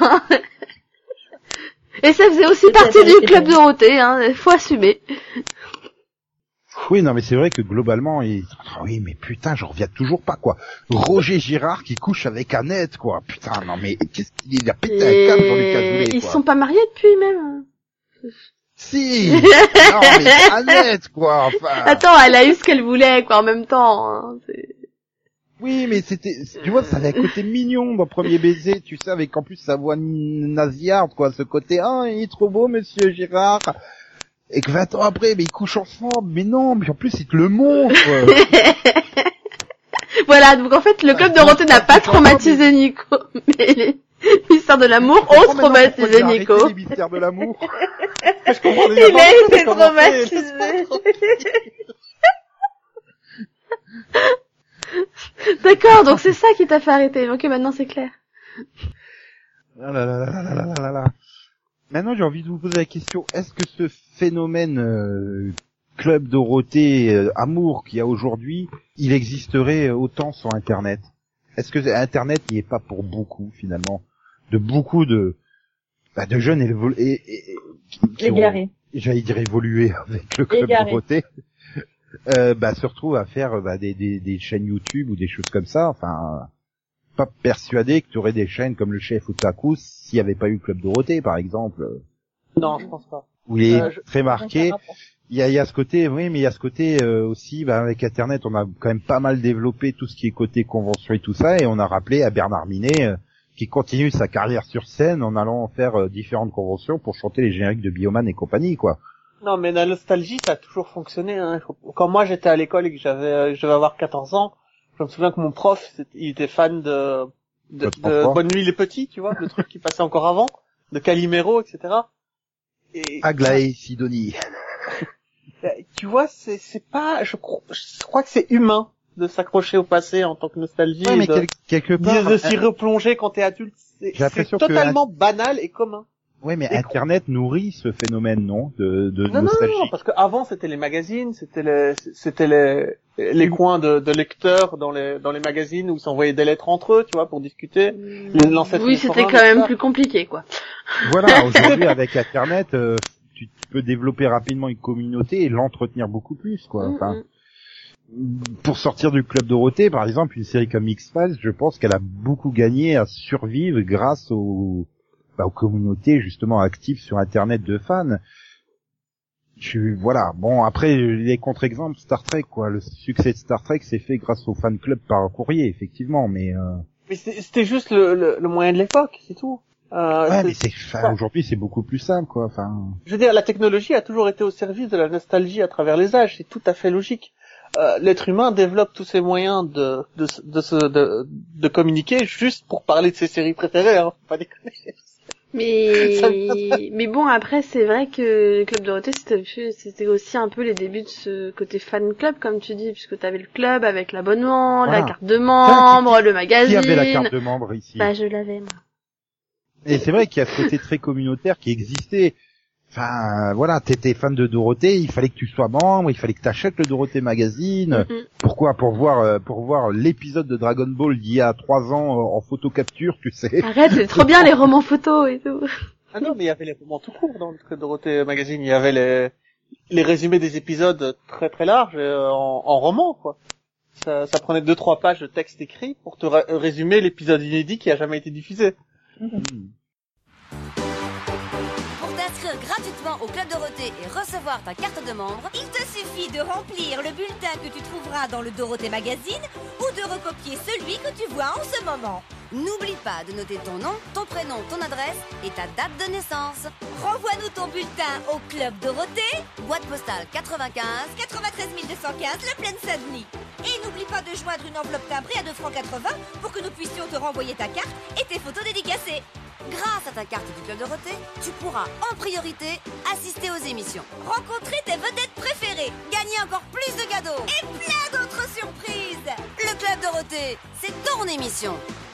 Et ça faisait aussi partie du club Dorothée, hein, faut assumer. Oui, non, mais c'est vrai que globalement, il... oh, oui, mais putain, je reviens toujours pas, quoi. Roger Girard qui couche avec Annette, quoi. Putain, non, mais qu'est-ce qu'il a pété Et... un câble dans les cassoulet, quoi. Ils sont pas mariés depuis, même. Si. Non, mais Annette, quoi, enfin. Attends, elle a eu ce qu'elle voulait, quoi, en même temps, hein. C'est... Oui, mais c'était, tu vois, ça avait un côté mignon dans Premier Baiser, tu sais, avec en plus sa voix nasillarde, quoi, ce côté, ah, il est trop beau, monsieur Girard. Et que vingt ans après, mais ils couchent ensemble, mais non, mais en plus, ils te le montrent. Voilà, donc en fait, le club Dorothée n'a pas traumatisé Nico, mais les mystères de l'amour ont traumatisé Nico. Les mystères de l'amour. Il a été traumatisé. D'accord, donc c'est ça qui t'a fait arrêter. Ok, maintenant c'est clair. Ah là là là là là là là. Maintenant, j'ai envie de vous poser la question, est-ce que ce phénomène euh, Club Dorothée, euh, amour qu'il y a aujourd'hui, il existerait autant sans Internet? Est-ce que Internet n'y est pas pour beaucoup, finalement, de beaucoup de bah, de jeunes évolu- et, et, et, qui égarés. Ont, j'allais dire évoluer avec le Club Égarés. Dorothée, euh, bah, se retrouvent à faire bah, des, des, des chaînes YouTube ou des choses comme ça, enfin... pas persuadé que tu aurais des chaînes comme le Chef Otaku s'il n'y avait pas eu le Club Dorothée, par exemple. Non, je pense pas. Où il est euh, je... très marqué. Il y a, il y a ce côté, oui, mais il y a ce côté euh, aussi, bah, avec Internet, on a quand même pas mal développé tout ce qui est côté convention et tout ça, et on a rappelé à Bernard Minet, euh, qui continue sa carrière sur scène en allant faire euh, différentes conventions pour chanter les génériques de Bioman et compagnie, quoi. Non, mais la nostalgie, ça a toujours fonctionné, hein. Quand moi j'étais à l'école et que j'avais, je devais avoir quatorze ans, je me souviens que mon prof, il était fan de, de, de Bonne Nuit les Petits, tu vois, le truc qui passait encore avant, de Calimero, et cetera. Et Aglaé, Sidonie. Tu vois, c'est, c'est pas, je crois, je crois que c'est humain de s'accrocher au passé en tant que nostalgie. Ouais, mais de, quel- quelque part, de, de s'y replonger quand t'es adulte. C'est, J'ai l'impression c'est que- totalement banal et commun. Ouais, mais Et Internet nourrit ce phénomène, non, de, de Non, non, nostalgie. non, parce qu'avant c'était les magazines, c'était les, c'était les, les coins de, de lecteurs dans les, dans les magazines où ils s'envoyaient des lettres entre eux, tu vois, pour discuter. Les- l'ancêtre Oui, des c'était forums, quand même tout ça. plus compliqué, quoi. Voilà, aujourd'hui avec Internet, euh, tu peux développer rapidement une communauté et l'entretenir beaucoup plus, quoi. Enfin, pour sortir du Club Dorothée, par exemple, une série comme X-Files, je pense qu'elle a beaucoup gagné à survivre grâce aux, bah, aux communautés justement actives sur Internet de fans. Je, voilà. Bon, après les contre-exemples, Star Trek, quoi. Le succès de Star Trek s'est fait grâce au fan club par courrier, effectivement, mais. Euh... Mais c'est- c'était juste le, le, le moyen de l'époque, c'est tout. Euh, Ouais, c'est- mais c'est, enfin, aujourd'hui, c'est beaucoup plus simple, quoi. Enfin. Je veux dire, la technologie a toujours été au service de la nostalgie à travers les âges, c'est tout à fait logique. Euh, l'être humain développe tous ses moyens de de de, se, de de communiquer juste pour parler de ses séries préférées, hein, faut pas déconner. Mais mais bon, après c'est vrai que le Club Dorothée c'était c'était aussi un peu les débuts de ce côté fan club, comme tu dis, puisque t'avais le club avec l'abonnement, Voilà. la carte de membre, Tiens, qui- le magazine. Qui avait la carte de membre ici? Bah je l'avais moi. Et c'est vrai qu'il y a ce côté très communautaire qui existait. Enfin, voilà, t'étais fan de Dorothée, il fallait que tu sois membre, il fallait que t'achètes le Dorothée Magazine. Mhm. Pourquoi? Pour voir, euh, pour voir l'épisode de Dragon Ball d'il y a trois ans euh, en photo capture, tu sais. Arrête, c'est trop bien les romans photos et tout. Ah non, mais il y avait les romans tout court dans le Club Dorothée Magazine, il y avait les les résumés des épisodes très très larges euh, en, en roman, quoi. Ça, ça prenait deux trois pages de texte écrit pour te ra- résumer l'épisode inédit qui a jamais été diffusé. Pour t'inscrire gratuitement au Club Dorothée et recevoir ta carte de membre, Il te suffit de remplir le bulletin que tu trouveras dans le Dorothée Magazine ou de recopier celui que tu vois en ce moment. n'oublie pas de noter ton nom, ton prénom, ton adresse et ta date de naissance. Renvoie-nous ton bulletin au Club Dorothée, Boîte postale quatre-vingt-quinze, quatre-vingt-treize mille deux cent quinze, Le Plaine-Saint-Denis. Et n'oublie pas de joindre une enveloppe timbrée à deux francs quatre-vingts pour que nous puissions te renvoyer ta carte et tes photos dédicacées. Grâce à ta carte du Club Dorothée, tu pourras en priorité assister aux émissions. Rencontrer tes vedettes préférées. Gagner encore plus de cadeaux. Et plein d'autres surprises. Le Club Dorothée, c'est ton émission.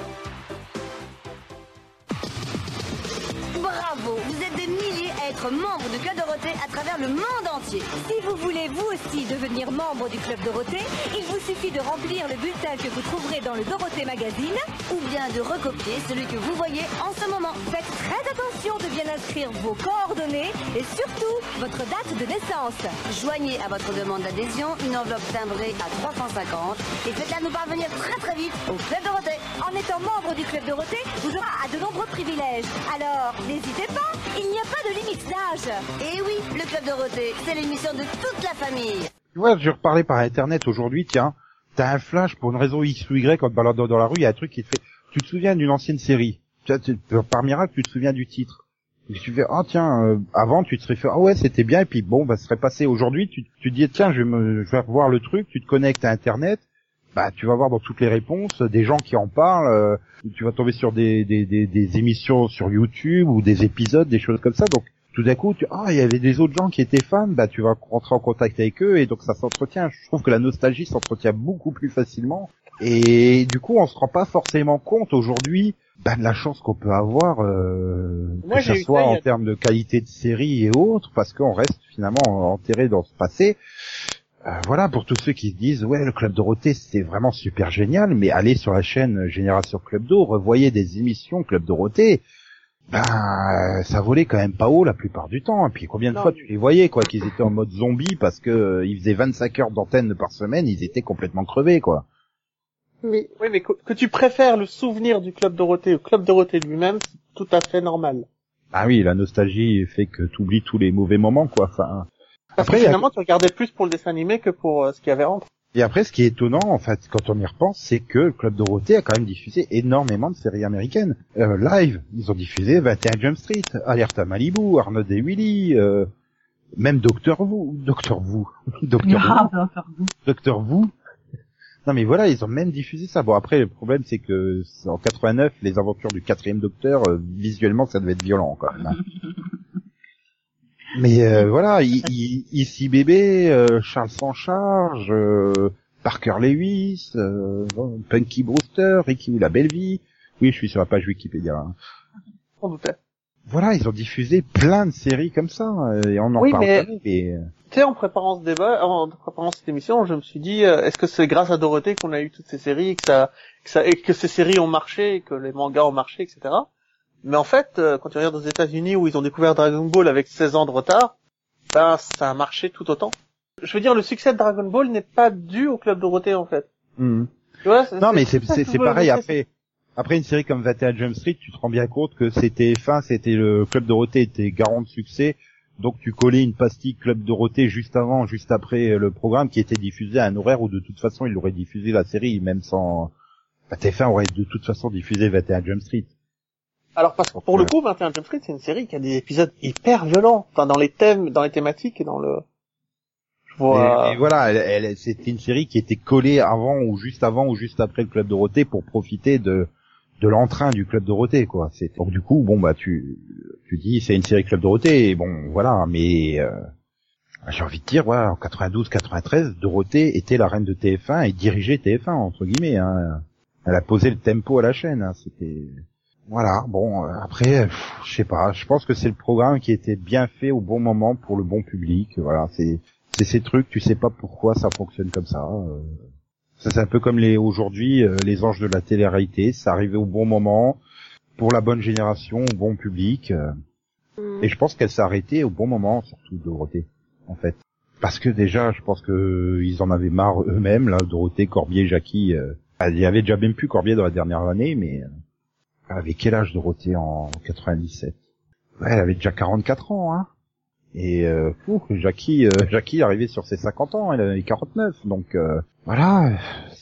Bravo, vous êtes des milliers à être membres du Club Dorothée à travers le monde entier. Si vous voulez vous aussi devenir membre du Club Dorothée, il vous suffit de remplir le bulletin que vous trouverez dans le Dorothée Magazine ou bien de recopier celui que vous voyez en ce moment. Faites très attention de bien inscrire vos coordonnées et surtout votre date de naissance. Joignez à votre demande d'adhésion une enveloppe timbrée à trois cent cinquante et faites-la nous parvenir très très vite au Club Dorothée. En étant membre du Club Dorothée, vous aurez à de nombreux privilèges. Alors, n'hésitez pas, il n'y a pas de limite d'âge. Et oui, le Club Dorothée, c'est l'émission de toute la famille. Tu vois, je reparlais par Internet aujourd'hui, tiens, t'as un flash pour une raison X ou Y, quand tu te balades dans la rue, il y a un truc qui te fait, tu te souviens d'une ancienne série, tu vois, tu- par miracle, tu te souviens du titre. Et tu fais, ah tiens, euh, avant tu te serais fait, ah ouais c'était bien, et puis bon, bah ça serait passé aujourd'hui, tu, tu te dis, tiens, je vais, me, je vais revoir le truc, tu te connectes à Internet, bah tu vas voir dans toutes les réponses des gens qui en parlent, euh, tu vas tomber sur des, des, des, des émissions sur YouTube ou des épisodes, des choses comme ça, donc tout d'un coup, tu, ah, il y avait des autres gens qui étaient fans, bah tu vas rentrer en contact avec eux et donc ça s'entretient. Je trouve que la nostalgie s'entretient beaucoup plus facilement et du coup, on se rend pas forcément compte aujourd'hui bah, de la chance qu'on peut avoir, euh, Moi, que ça j'ai eu soit ça, il en y a- termes de qualité de série et autres, parce qu'on reste finalement enterré dans ce passé. Euh, voilà, pour tous ceux qui se disent, ouais, le Club Dorothée, c'est vraiment super génial, mais allez sur la chaîne Génération Club Do, revoyez des émissions Club Dorothée, ben, ça volait quand même pas haut la plupart du temps. Et puis combien de Non, fois mais- tu les voyais, quoi, qu'ils étaient en mode zombie parce que euh, ils faisaient vingt-cinq heures d'antenne par semaine, ils étaient complètement crevés, quoi. Oui. Oui, mais que, que tu préfères le souvenir du Club Dorothée au Club Dorothée lui-même, c'est tout à fait normal. Ah oui, la nostalgie fait que tu oublies tous les mauvais moments, quoi. Enfin, Parce après, que il y a- finalement, tu regardais plus pour le dessin animé que pour euh, ce qu'il y avait entre. Et après, ce qui est étonnant, en fait, quand on y repense, c'est que le Club Dorothée a quand même diffusé énormément de séries américaines. Euh, live, ils ont diffusé vingt et un Jump Street, Alerte à Malibu, Arnold et Willy, euh, même Docteur Who, Docteur Who, Docteur Ah, Who, Docteur Who. Docteur Who. Non mais voilà, ils ont même diffusé ça. Bon après, le problème c'est que c'est en quatre-vingt-neuf, les aventures du quatrième Docteur, euh, visuellement, ça devait être violent quand même. Hein. Mais euh, voilà, I- I- ici bébé, euh, Charles s'en charge, euh, Parker Lewis, euh, Punky Brewster, Ricky ou la Belle Vie. Oui, je suis sur la page Wikipédia. Hein. On doutait. Voilà, ils ont diffusé plein de séries comme ça, et on en oui, parle mais... pas. Mais... Tu sais, en préparant ce débat, en préparant cette émission, je me suis dit, euh, est-ce que c'est grâce à Dorothée qu'on a eu toutes ces séries, que ça, que ça, et que ces séries ont marché, que les mangas ont marché, et cetera. Mais en fait, euh, quand tu regardes aux États-Unis où ils ont découvert Dragon Ball avec seize ans de retard, ben ça a marché tout autant. Je veux dire, le succès de Dragon Ball n'est pas dû au Club Dorothée en fait. Mmh. Tu vois, c'est, non, mais c'est, c'est, c'est, c'est pareil. Après, après une série comme vingt et un Jump Street, tu te rends bien compte que c'était fin, c'était le Club Dorothée était garant de succès. Donc tu collais une pastille Club Dorothée juste avant, juste après le programme qui était diffusé à un horaire où de toute façon il aurait diffusé la série, même sans... Bah, T F un aurait de toute façon diffusé vingt et un Jump Street. Alors parce que pour le coup, vingt et un Jump Street, c'est une série qui a des épisodes hyper violents, enfin dans les thèmes, dans les thématiques et dans le... Je vois... Et, et voilà, elle, elle, c'était une série qui était collée avant ou juste avant ou juste après le Club Dorothée pour profiter de de l'entrain du Club Dorothée, quoi. C'est... Donc du coup, bon bah tu tu dis c'est une série Club Dorothée, et bon voilà, mais euh, j'ai envie de dire, voilà, en quatre-vingt-douze quatre-vingt-treize, Dorothée était la reine de T F un et dirigeait T F un entre guillemets. Hein. Elle a posé le tempo à la chaîne. Hein. C'était voilà. Bon après, pff, je sais pas. Je pense que c'est le programme qui était bien fait au bon moment pour le bon public. Voilà, c'est c'est ces trucs, tu sais pas pourquoi ça fonctionne comme ça. Euh... Ça, c'est un peu comme les aujourd'hui euh, les anges de la télé-réalité, ça arrivait au bon moment pour la bonne génération, au bon public. Euh, mmh. Et je pense qu'elle s'est arrêtée au bon moment, surtout Dorothée, en fait. Parce que déjà, je pense que euh, ils en avaient marre eux-mêmes, là, Dorothée, Corbier, Jackie. Euh, il y avait déjà même plus Corbier dans la dernière année, mais euh, elle avait quel âge Dorothée en quatre-vingt-dix-sept? Ouais, elle avait déjà quarante-quatre ans, hein. Et euh, ouf, Jackie, euh, Jackie arrivait sur ses cinquante ans, elle avait quarante-neuf, donc euh, voilà.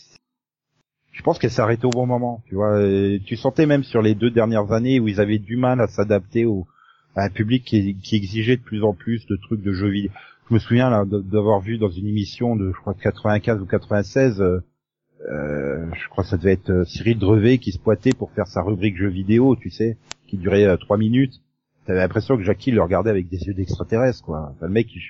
Je pense qu'elle s'est arrêtée au bon moment, tu vois. Et tu sentais même sur les deux dernières années où ils avaient du mal à s'adapter au à un public qui, qui exigeait de plus en plus de trucs de jeux vidéo. Je me souviens là d'avoir vu dans une émission de, je crois, quatre-vingt-quinze ou quatre-vingt-seize, euh, euh, je crois que ça devait être Cyril Drevet qui se pointait pour faire sa rubrique jeux vidéo, tu sais, qui durait euh, trois minutes. T'avais l'impression que Jackie le regardait avec des yeux d'extraterrestre, quoi. Enfin, le mec, il...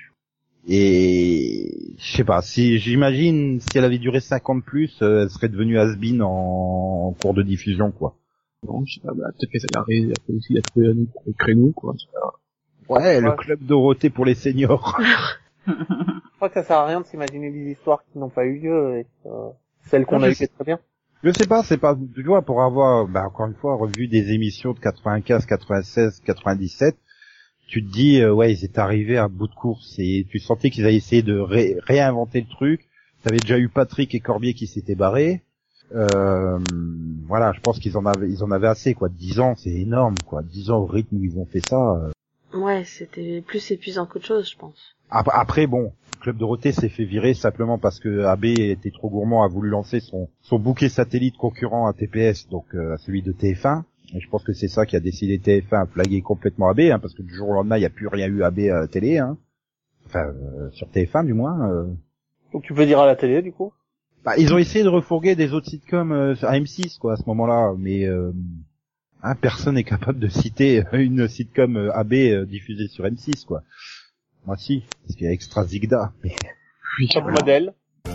et je sais pas, si j'imagine si elle avait duré cinq ans de plus, euh, elle serait devenue has-been en... en cours de diffusion, quoi. Non, je sais pas, bah, peut-être qu'elle a réussi à trouver un autre créneau, quoi. Ouais, ouais, le club Dorothée pour les seniors. Je crois que ça sert à rien de s'imaginer des histoires qui n'ont pas eu lieu, et que celles qu'on non, a eues, c'est très bien. Je sais pas, c'est pas, tu vois, pour avoir, bah, encore une fois, revu des émissions de quatre-vingt-quinze, quatre-vingt-seize, quatre-vingt-dix-sept, tu te dis, euh, ouais, ils étaient arrivés à bout de course et tu sentais qu'ils avaient essayé de ré- réinventer le truc. T'avais déjà eu Patrick et Corbier qui s'étaient barrés. Euh, voilà, je pense qu'ils en avaient, ils en avaient assez, quoi. Dix ans, c'est énorme, quoi. Dix ans au rythme où ils ont fait ça. Euh... Ouais, c'était plus épuisant qu'autre chose, je pense. Après, bon, Club Dorothée s'est fait virer simplement parce que A B était trop gourmand, a voulu lancer son son bouquet satellite concurrent à T P S, donc euh, celui de T F un. Et je pense que c'est ça qui a décidé T F un à flaguer complètement A B, hein, parce que du jour au lendemain, il n'y a plus rien eu A B à la télé, hein. Enfin, euh, sur T F un du moins. Euh... Donc tu peux dire à la télé, du coup. Bah, ils ont essayé de refourguer des autres sitcoms euh, à M six, quoi, à ce moment-là, mais euh, hein, personne n'est capable de citer une sitcom euh, A B euh, diffusée sur M six, quoi. Moi si, parce qu'il y a Extra Zigda. Mais... Oui, top voilà. Modèle.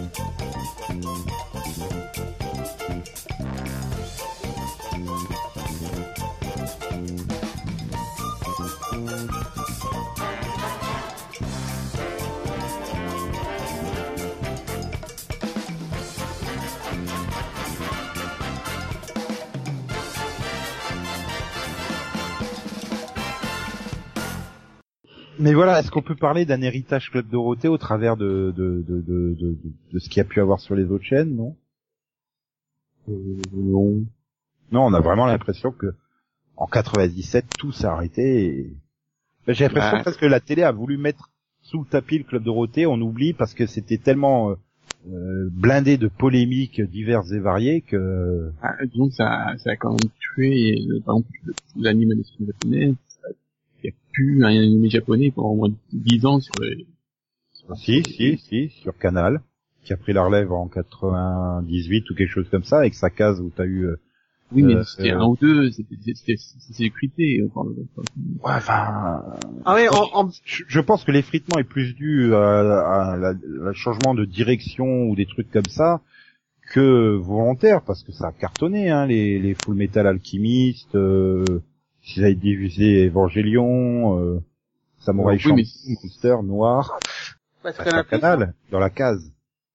Mais voilà, est-ce qu'on peut parler d'un héritage Club Dorothée au travers de de de de de, de ce qu'il y a pu avoir sur les autres chaînes, non euh, Non. Non, on a vraiment l'impression que en quatre-vingt-dix-sept tout s'est arrêté. Et... Ben, j'ai l'impression ouais. Parce que la télé a voulu mettre sous le tapis le Club Dorothée, on oublie parce que c'était tellement euh, blindé de polémiques diverses et variées que. Ah, disons que ça ça a quand même tué, par exemple, l'anime des films japonais. Il n'y a plus un anime japonais pendant au moins dix ans sur les... Si, si, si, sur Canal, qui a pris la relève en quatre-vingt-dix-huit ou quelque chose comme ça, avec sa case où t'as eu euh, Oui, mais Euh, c'était euh, un ou deux, c'était, c'était, c'était crypté. Enfin, ouais, enfin. Ah oui, en, en... Je, je pense que l'effritement est plus dû à, à la, la changement de direction ou des trucs comme ça que volontaire, parce que ça a cartonné, hein, les, les Full Metal Alchemist, euh, ils avaient diffusé Evangelion, euh, Samurai oui, mais... Champloo, Monster, Noir, Bah, c'est bah, Canal+, Canal, hein. dans la case.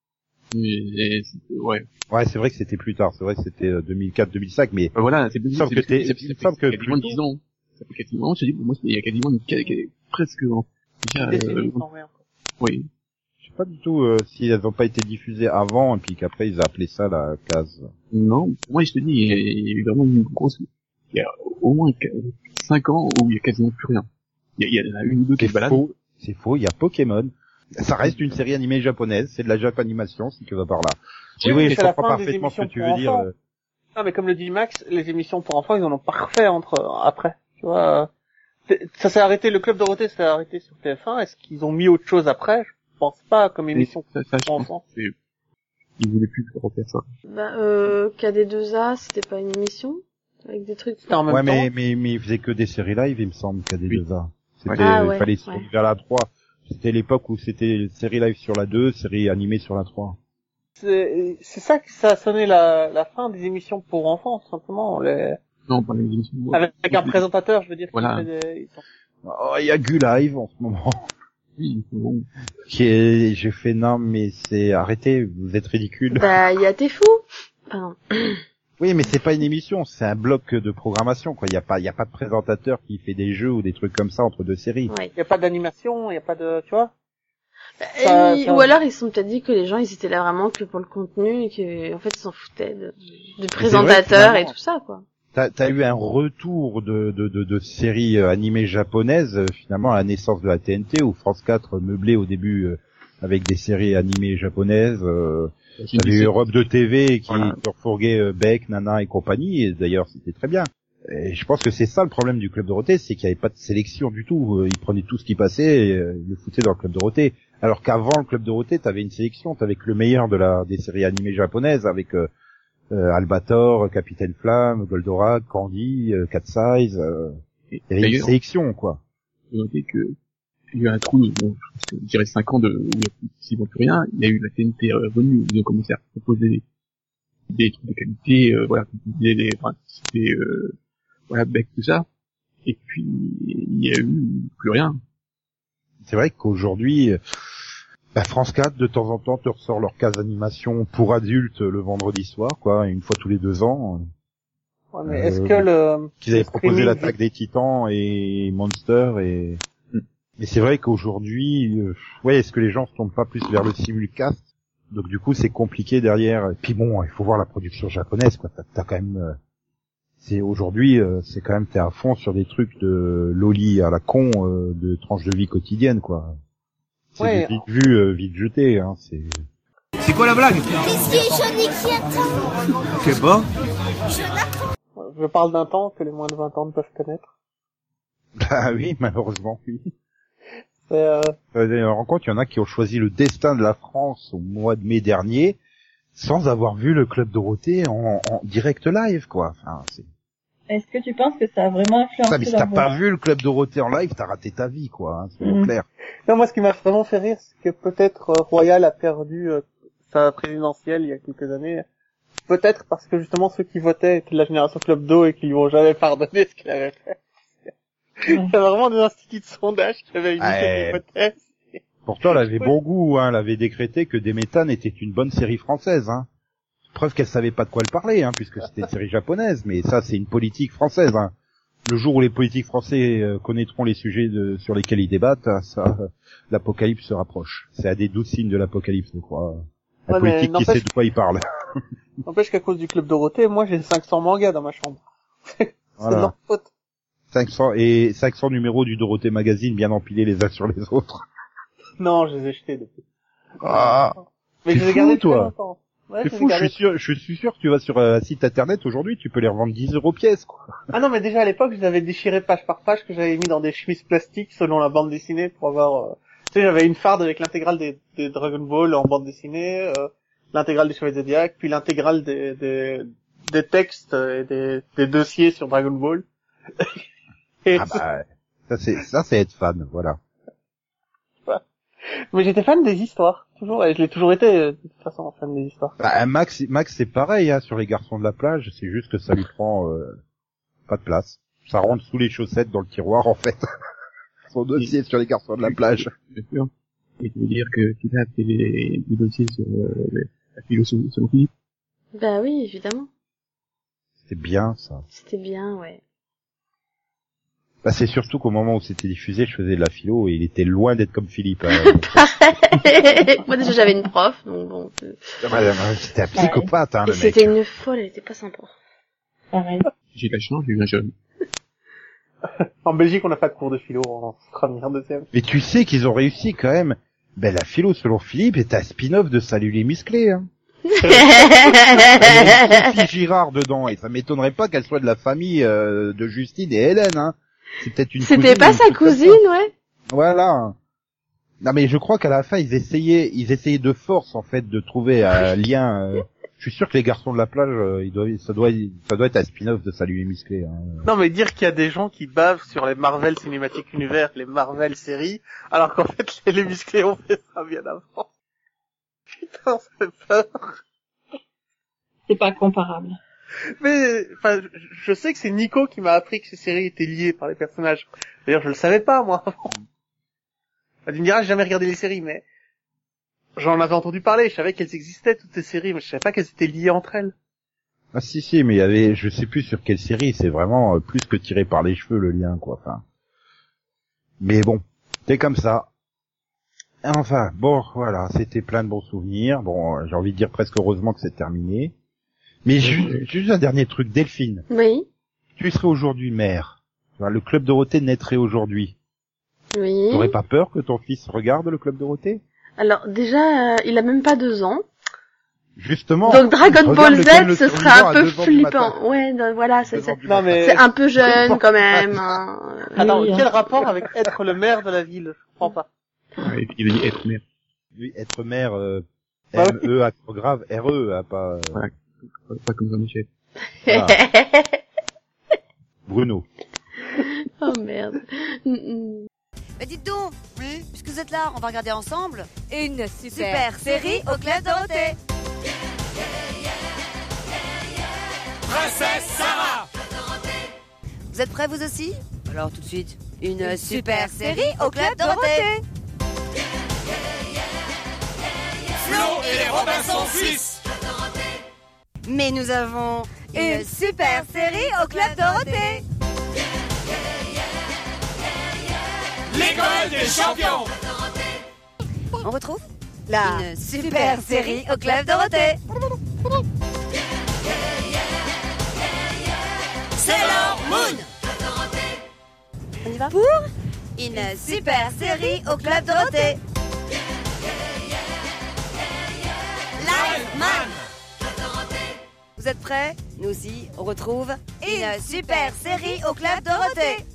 Mais, ouais. Ouais, c'est vrai que c'était plus tard, c'est vrai que c'était deux mille quatre deux mille cinq, mais bah, voilà, c'est plus, il me semble que t'es, il me semble que plus quasiment dix ans. Ça fait quasiment, je te dis, pour moi, il y a quasiment une, presque, déjà, euh, oui. Je sais pas du tout euh, si elles ont pas été diffusées avant et puis qu'après ils appelaient ça la case. Non, moi je te dis, il y a, il y a eu vraiment une grosse, il y a au moins cinq ans où il y a quasiment plus rien. Il y a, il y en a une ou deux qui se baladent. Faux, c'est faux, il y a Pokémon. Ça reste une série animée japonaise, c'est de la Japanimation si tu vas par là. Oui, oui, oui, je c'est la comprends fin des parfaitement ce que émissions tu pour veux dire. enfants. euh. Non, mais comme le dit Max, les émissions pour enfants, ils en ont pas refait entre, après. Tu vois, c'est- ça s'est arrêté, le Club Dorothée s'est arrêté sur T F un, est-ce qu'ils ont mis autre chose après? Je pense pas, comme émission ça, ça, pour enfants. Ils voulaient plus refaire ça. Bah, euh, K D deux A, c'était pas une émission? Avec des trucs... En même Ouais, temps. mais, mais, mais ils faisaient que des séries live, il me semble, K D deux A. C'était, Ah, il ouais, fallait se ouais. tourner vers la trois. C'était l'époque où c'était série live sur la deux, série animée sur la trois. C'est, c'est ça que ça a sonné la, la fin des émissions pour enfants, tout simplement. Les... Non, pas les émissions. Avec, avec un présentateur, je veux dire. Voilà. Qui fait des... ils sont... Oh, il y a Gu Live en ce moment. Oui, c'est bon. Qui est, j'ai fait non, mais c'est, arrêtez, vous êtes ridicule. Bah, y a T'es fou. Pardon. Oui, mais c'est pas une émission, c'est un bloc de programmation, quoi. Il y a pas, il y a pas de présentateur qui fait des jeux ou des trucs comme ça entre deux séries. Ouais. Il y a pas d'animation, il y a pas de, tu vois. Et- Ça- ça- Ou alors ils se sont peut-être dit que les gens ils étaient là vraiment que pour le contenu et que en fait ils s'en foutaient de, du présentateur vrai, et tout ça quoi. T'as, t'as eu un retour de, de, de, de séries euh, animées japonaises, euh, finalement, à la naissance de la T N T, où France quatre meublait au début euh, avec des séries animées japonaises. Euh, T'avais eu Europe deux T V qui Voilà. refourguait euh, Beck, Nana et compagnie, et d'ailleurs c'était très bien. Et je pense que c'est ça le problème du Club Dorothée, c'est qu'il n'y avait pas de sélection du tout. Euh, Ils prenaient tout ce qui passait et euh, ils le foutaient dans le Club Dorothée. Alors qu'avant le Club Dorothée, t'avais une sélection, t'avais que le meilleur de la des séries animées japonaises, avec euh, euh, Albator, Capitaine Flamme, Goldorak, Candy, euh, Cat Size. Euh, il y avait une D'ailleurs, sélection, quoi. j'ai noté que il y a eu un trou, bon, je pense que je dirais cinq ans de, où il y a quasiment plus rien. Il y a eu la T N T revenue, où ils ont commencé à proposer des trucs de qualité, euh, voilà, des, des, enfin, des, euh, voilà, Beck, tout ça. Et puis, il y a eu plus rien. C'est vrai qu'aujourd'hui, euh, bah, France quatre, de temps en temps, te ressort leur case animation pour adultes le vendredi soir, quoi, une fois tous les deux ans. Ouais, mais Euh, est-ce que le... Qu'ils avaient le proposé streaming- l'attaque des Titans et Monster et... Mais c'est vrai qu'aujourd'hui, euh, ouais, est-ce que les gens se tournent pas plus vers le simulcast? Donc du coup, c'est compliqué derrière. Et puis bon, il faut voir la production japonaise, quoi. T'as, t'as quand même... euh, c'est aujourd'hui, euh, c'est quand même t'es à fond sur des trucs de loli à la con, euh, de tranches de vie quotidienne, quoi. C'est Ouais. du vite vu, euh, vite jeté, hein. C'est. C'est quoi la blague C'est pas Je parle d'un temps que les moins de vingt ans ne peuvent connaître. Bah oui, malheureusement, oui. C'est, euh... Euh, en compte, il y en a qui ont choisi le destin de la France au mois de mai dernier, sans avoir vu le Club Dorothée en, en direct live, quoi. Enfin, c'est... Est-ce que tu penses que ça a vraiment influencé Ça, mais si leur t'as pas voix vu le Club Dorothée en live, t'as raté ta vie, quoi. Hein, soyons Mhm. clairs. Non, moi, ce qui m'a vraiment fait rire, c'est que peut-être euh, Royal a perdu euh, sa présidentielle il y a quelques années. Peut-être parce que justement ceux qui votaient étaient de la génération Club d'eau et qui lui ont jamais pardonné ce qu'il avait fait. Il y a vraiment des instituts de sondage qui avaient une Ouais. ceux qui votaient. Pourtant, elle avait bon goût, hein. Elle avait décrété que Demetan était une bonne série française, hein. Preuve qu'elle savait pas de quoi elle parlait, hein, puisque c'était une série japonaise. Mais ça, c'est une politique française, hein. Le jour où les politiques français euh, connaîtront les sujets de, sur lesquels ils débattent, hein, ça, euh, l'apocalypse se rapproche. C'est un des douze signes de l'apocalypse, je crois. Un Ouais, mais politique qui n'empêche- sait de quoi il parle. N'empêche qu'à cause du Club Dorothée, moi j'ai cinq cents mangas dans ma chambre. C'est Voilà. de leur faute. cinq cents et cinq cents numéros du Dorothée Magazine bien empilés les uns sur les autres. Non, je les ai jetés depuis. Ah. Mais T'es je les ai fou, gardés très toi. longtemps. Ouais, C'est je les ai fou, je gardés- suis sûr, je suis sûr que tu vas sur un site internet aujourd'hui, tu peux les revendre dix euros pièce, quoi. Ah non, mais déjà à l'époque, je les avais déchirés page par page, que j'avais mis dans des chemises plastiques selon la bande dessinée pour avoir... Euh... Tu sais, j'avais une farde avec l'intégrale des, des Dragon Ball en bande dessinée, euh, l'intégrale des Chevaliers Zodiac, puis l'intégrale des, des, des textes et des, des dossiers sur Dragon Ball. Et Ah bah, ça c'est, ça c'est être fan, voilà. Mais j'étais fan des histoires, toujours, et je l'ai toujours été, euh, de toute façon, fan des histoires. Bah, Max, Max c'est pareil, hein, sur les garçons de la plage, c'est juste que ça lui prend, euh, pas de place. Ça rentre sous les chaussettes dans le tiroir, en fait. Son dossier sur les garçons de la plage. Bien sûr. Et tu veux dire que tu as fait des, des dossiers sur euh, la philosophie selon Philippe? Bah oui, évidemment. C'est bien, ça. C'était bien, ouais. Bah, c'est surtout qu'au moment où c'était diffusé, je faisais de la philo et il était loin d'être comme Philippe. Hein, Pareil. Moi déjà j'avais une prof, donc bon. Ah bah, c'était un psychopathe, hein, Et le mec. c'était une folle, elle était pas sympa. Pareil. J'ai de la chance, j'ai eu un jeune. En Belgique, on n'a pas de cours de philo en première, deuxième. Mais tu sais qu'ils ont réussi quand même. Ben, la philo selon Philippe est un spin-off de Salut les musclés, hein. Il y a une fille Girard dedans et ça m'étonnerait pas qu'elle soit de la famille euh, de Justine et Hélène, hein. C'est peut-être une C'était cousine pas ou sa un truc comme ça. cousine, ouais. Voilà. Non mais je crois qu'à la fin ils essayaient, ils essayaient de force en fait de trouver un lien. Euh... Je suis sûr que les garçons de la plage, euh, ils doivent, ça doit, ça doit être un spin-off de Salut les musclés. Hein. Non, mais dire qu'il y a des gens qui bavent sur les Marvel Cinematic Universe, les Marvel séries, alors qu'en fait les, les musclés ont fait ça bien avant. Putain, ça fait peur. C'est pas comparable. Mais, enfin, je, je sais que c'est Nico qui m'a appris que ces séries étaient liées par les personnages. D'ailleurs, je le savais pas, moi, avant. Enfin, tu me diras, j'ai jamais regardé les séries, mais j'en avais entendu parler, je savais qu'elles existaient, toutes ces séries, mais je savais pas qu'elles étaient liées entre elles. Ah si si, mais il y avait, je sais plus sur quelle série, c'est vraiment euh, plus que tiré par les cheveux le lien, quoi. Enfin, mais bon, c'est comme ça. Enfin, bon, voilà, c'était plein de bons souvenirs. Bon, euh, j'ai envie de dire presque heureusement que c'est terminé. Mais ju- juste un dernier truc, Delphine. Oui. Tu serais aujourd'hui mère. Enfin, le Club Dorothée naîtrait aujourd'hui. Oui. T'aurais pas peur que ton fils regarde le Club Dorothée? Alors déjà, euh, il a même pas deux ans. Justement. Donc Dragon regarde Ball le Ken Z, le ce survivant serait un à peu deux heures du matin. flippant. Ouais, non, voilà, c'est c'est Non, mais... c'est un peu jeune quand même. Hein. Attends, Oui, quel hein. rapport avec être le maire de la ville? Je comprends pas. Ouais, il a dit être mère. Oui, être mère, euh, Ah M E accent grave, R E, hein, pas, euh, Voilà. Pas comme Jean-Michel. voilà. Bruno. Oh merde. Mm, mm. Mais dites donc, oui, puisque vous êtes là, on va regarder ensemble Une super, Super série au Club Dorothée. Princesse Sarah. Vous êtes prêts vous aussi? Alors tout de suite, une super série au Club Dorothée. Flo et les Robinson Suisses. Mais nous avons Une super série au Club Dorothée. L'école des champions. On retrouve La une super série au Club Dorothée. Sailor Moon. On y va? Pour Une super série au Club Dorothée. Live Man. Vous êtes prêts? Nous aussi, on retrouve une super série au Club Dorothée.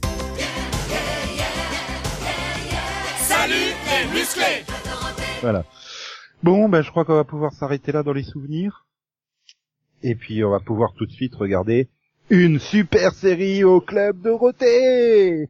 Salut les musclés. Voilà. Bon, ben, je crois qu'on va pouvoir s'arrêter là dans les souvenirs. Et puis, on va pouvoir tout de suite regarder une super série au Club Dorothée.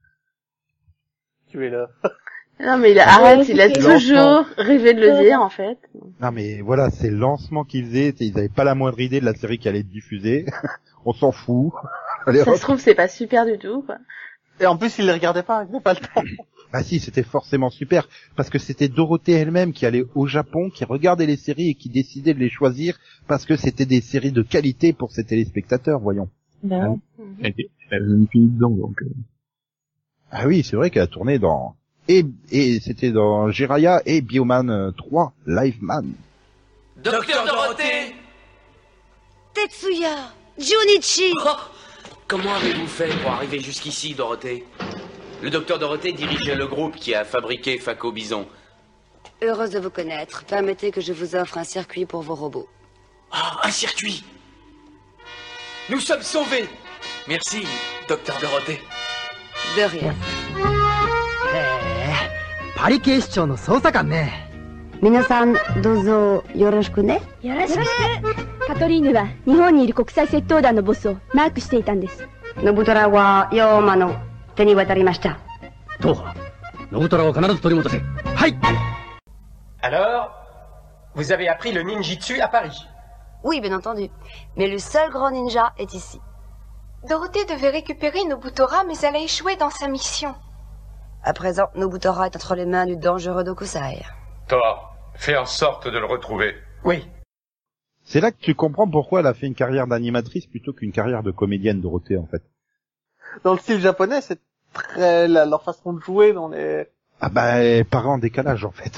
Tu es là. Non mais il a, Ouais, arrête, il a c'était toujours l'enfant. rêvé de le dire en fait. Non, mais voilà, c'est le lancement qu'ils faisaient. Ils n'avaient pas la moindre idée de la série qui allait être diffusée. On s'en fout. Allez, Ça hop. se trouve c'est pas super du tout quoi. Et en plus, il les regardait pas, il n'avait pas le temps. Ah si, c'était forcément super, parce que c'était Dorothée elle-même qui allait au Japon, qui regardait les séries et qui décidait de les choisir, parce que c'était des séries de qualité pour ses téléspectateurs, voyons. Ben, Elle était, elle avait même fini dedans, donc, euh, Ah oui, c'est vrai qu'elle a tourné dans... Et, et c'était dans Jiraiya et Bioman trois, Live Man. Docteur Dorothée. Tetsuya, Junichi. Oh, comment avez-vous fait pour arriver jusqu'ici, Dorothée? Le docteur Dorothée dirige le groupe qui a fabriqué Faco Bison. Heureuse de vous connaître. Permettez que je vous offre un circuit pour vos robots. Ah, un circuit. Nous sommes sauvés. Merci, docteur Dorothée. De rien. パリ警視庁の捜査官ね。 皆さんどうぞよろしくね。 よろしく。カトリーヌは日本にいる国際窃盗団のボスをマークしていたんです。 ノブトラはヨーマの手に渡りました。 トーハ、ノブトラを必ず取り戻せ。はい。 Alors, vous avez appris le ninjitsu à Paris? Oui, bien entendu. Mais le seul grand ninja est ici. Dorothée devait récupérer Nobutora, mais elle a échoué dans sa mission. À présent, Nobutora est entre les mains du dangereux Dokusai. Thor, fais en sorte de le retrouver. Oui. C'est là que tu comprends pourquoi elle a fait une carrière d'animatrice plutôt qu'une carrière de comédienne, Dorothée, en fait. Dans le style japonais, c'est très la, leur façon de jouer dans les... Ah bah, elle paraît en décalage, en fait.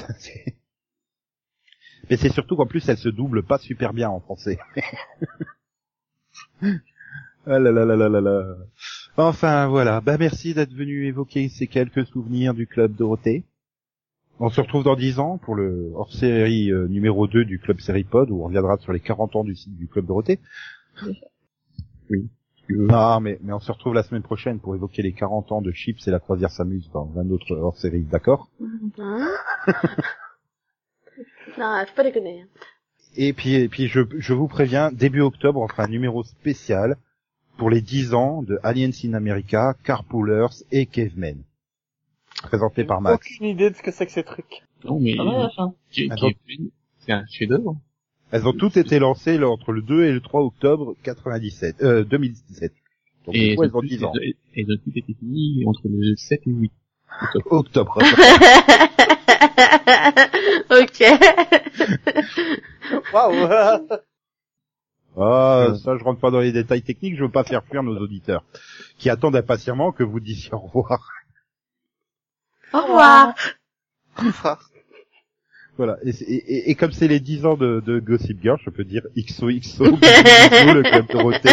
Mais c'est surtout qu'en plus, elle se double pas super bien en français. Ah là là là là là là. Enfin, voilà. Bah, merci d'être venu évoquer ces quelques souvenirs du Club Dorothée. On se retrouve dans dix ans pour le hors-série euh, numéro deux du Club Seripod, où on reviendra sur les quarante ans du site du Club Dorothée. Oui. Non, mais, mais on se retrouve la semaine prochaine pour évoquer les quarante ans de Chips et la croisière s'amuse dans un autre hors-série, d'accord? Hein? Non, faut pas déconner. Et puis, et puis je, je vous préviens, début octobre, on fera un numéro spécial pour les dix ans de Aliens in America, Carpoolers et Cavemen. Présenté par Max. Aucune idée de ce que c'est que ces trucs. Non, mais... Ah ouais, enfin. Cavemen, c'est un chef-d'œuvre. Elles ont toutes été lancées entre le deux et le trois octobre quatre-vingt-dix-sept, euh, deux mille dix-sept. Donc, et du coup, elles ont dix ans. Et elles ont toutes été finies entre le sept et huit octobre. Ok. Waouh. Ah, ça, je rentre pas dans les détails techniques, je veux pas faire fuir nos auditeurs, qui attendent impatiemment que vous disiez au revoir. Au revoir. Au revoir. Voilà, et, et, et comme c'est les dix ans de, de Gossip Girl, je peux dire X O X O, le Club Dorothée.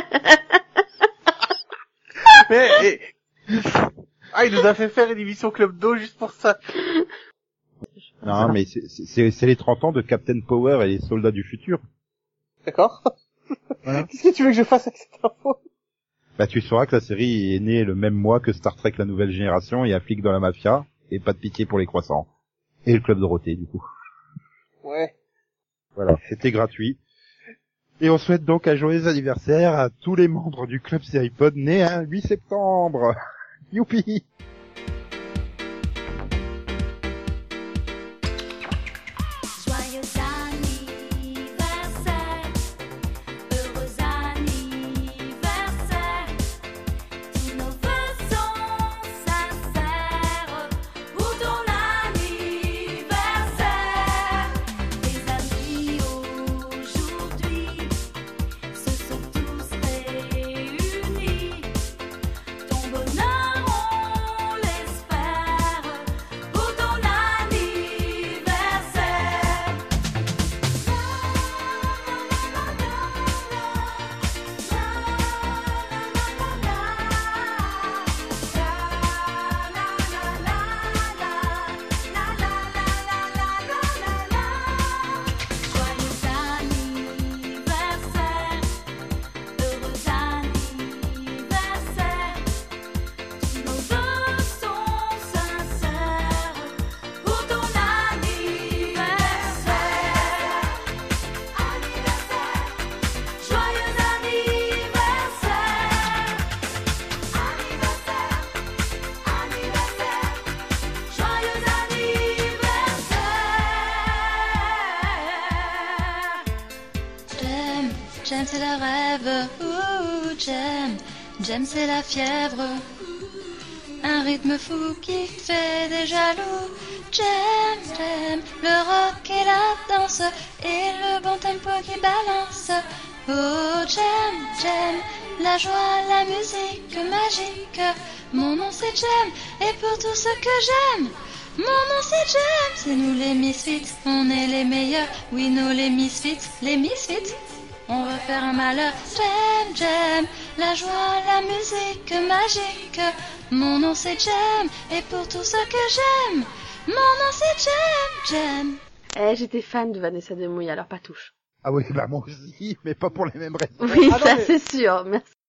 Mais, et... ah, il nous a fait faire une émission Club d'eau juste pour ça. Non, mais c'est, c'est, c'est les trente ans de Captain Power et les soldats du futur. D'accord. Voilà. Qu'est-ce que tu veux que je fasse avec cette info? Bah, tu sauras que la série est née le même mois que Star Trek La Nouvelle Génération et un flic dans la mafia, et pas de pitié pour les croissants. Et le Club Dorothée, du coup. Ouais. Voilà, c'était gratuit. Et on souhaite donc un joyeux anniversaire à tous les membres du Club Seripod nés un huit septembre. Youpi! Joyeux anniversaire, heureux anniversaire, tous nos vœux sont sincères pour ton anniversaire. Tes amis aujourd'hui se sont tous réunis, ton bonheur on l'espère pour ton anniversaire. Joyeux anniversaire, heureux anniversaire, tous nos vœux sont sincères pour ton anniversaire. Anniversaire, joyeux anniversaire. Anniversaire, anniversaire, joyeux anniversaire. J'aime, j'aime c'est le rêve, ouh, j'aime, j'aime c'est la fièvre, un rythme fou qui fait des jaloux. J'aime, j'aime le rock et la danse et le bon tempo qui balance. Oh, j'aime, j'aime la joie, la musique magique. Mon nom c'est J'aime et pour tout ce que j'aime. Mon nom c'est J'aime, c'est nous les Misfits, on est les meilleurs. Oui, nous les Misfits, les Misfits. On veut faire un malheur. J'aime, j'aime la joie, la musique magique. Mon nom c'est J'aime et pour tout ce que j'aime. Mon nom c'est J'aime, j'aime. Eh, j'étais fan de Vanessa Demouy, alors pas touche. Ah oui, bah moi aussi, mais pas pour les mêmes raisons. Oui, Ah non, ça mais- c'est sûr, merci.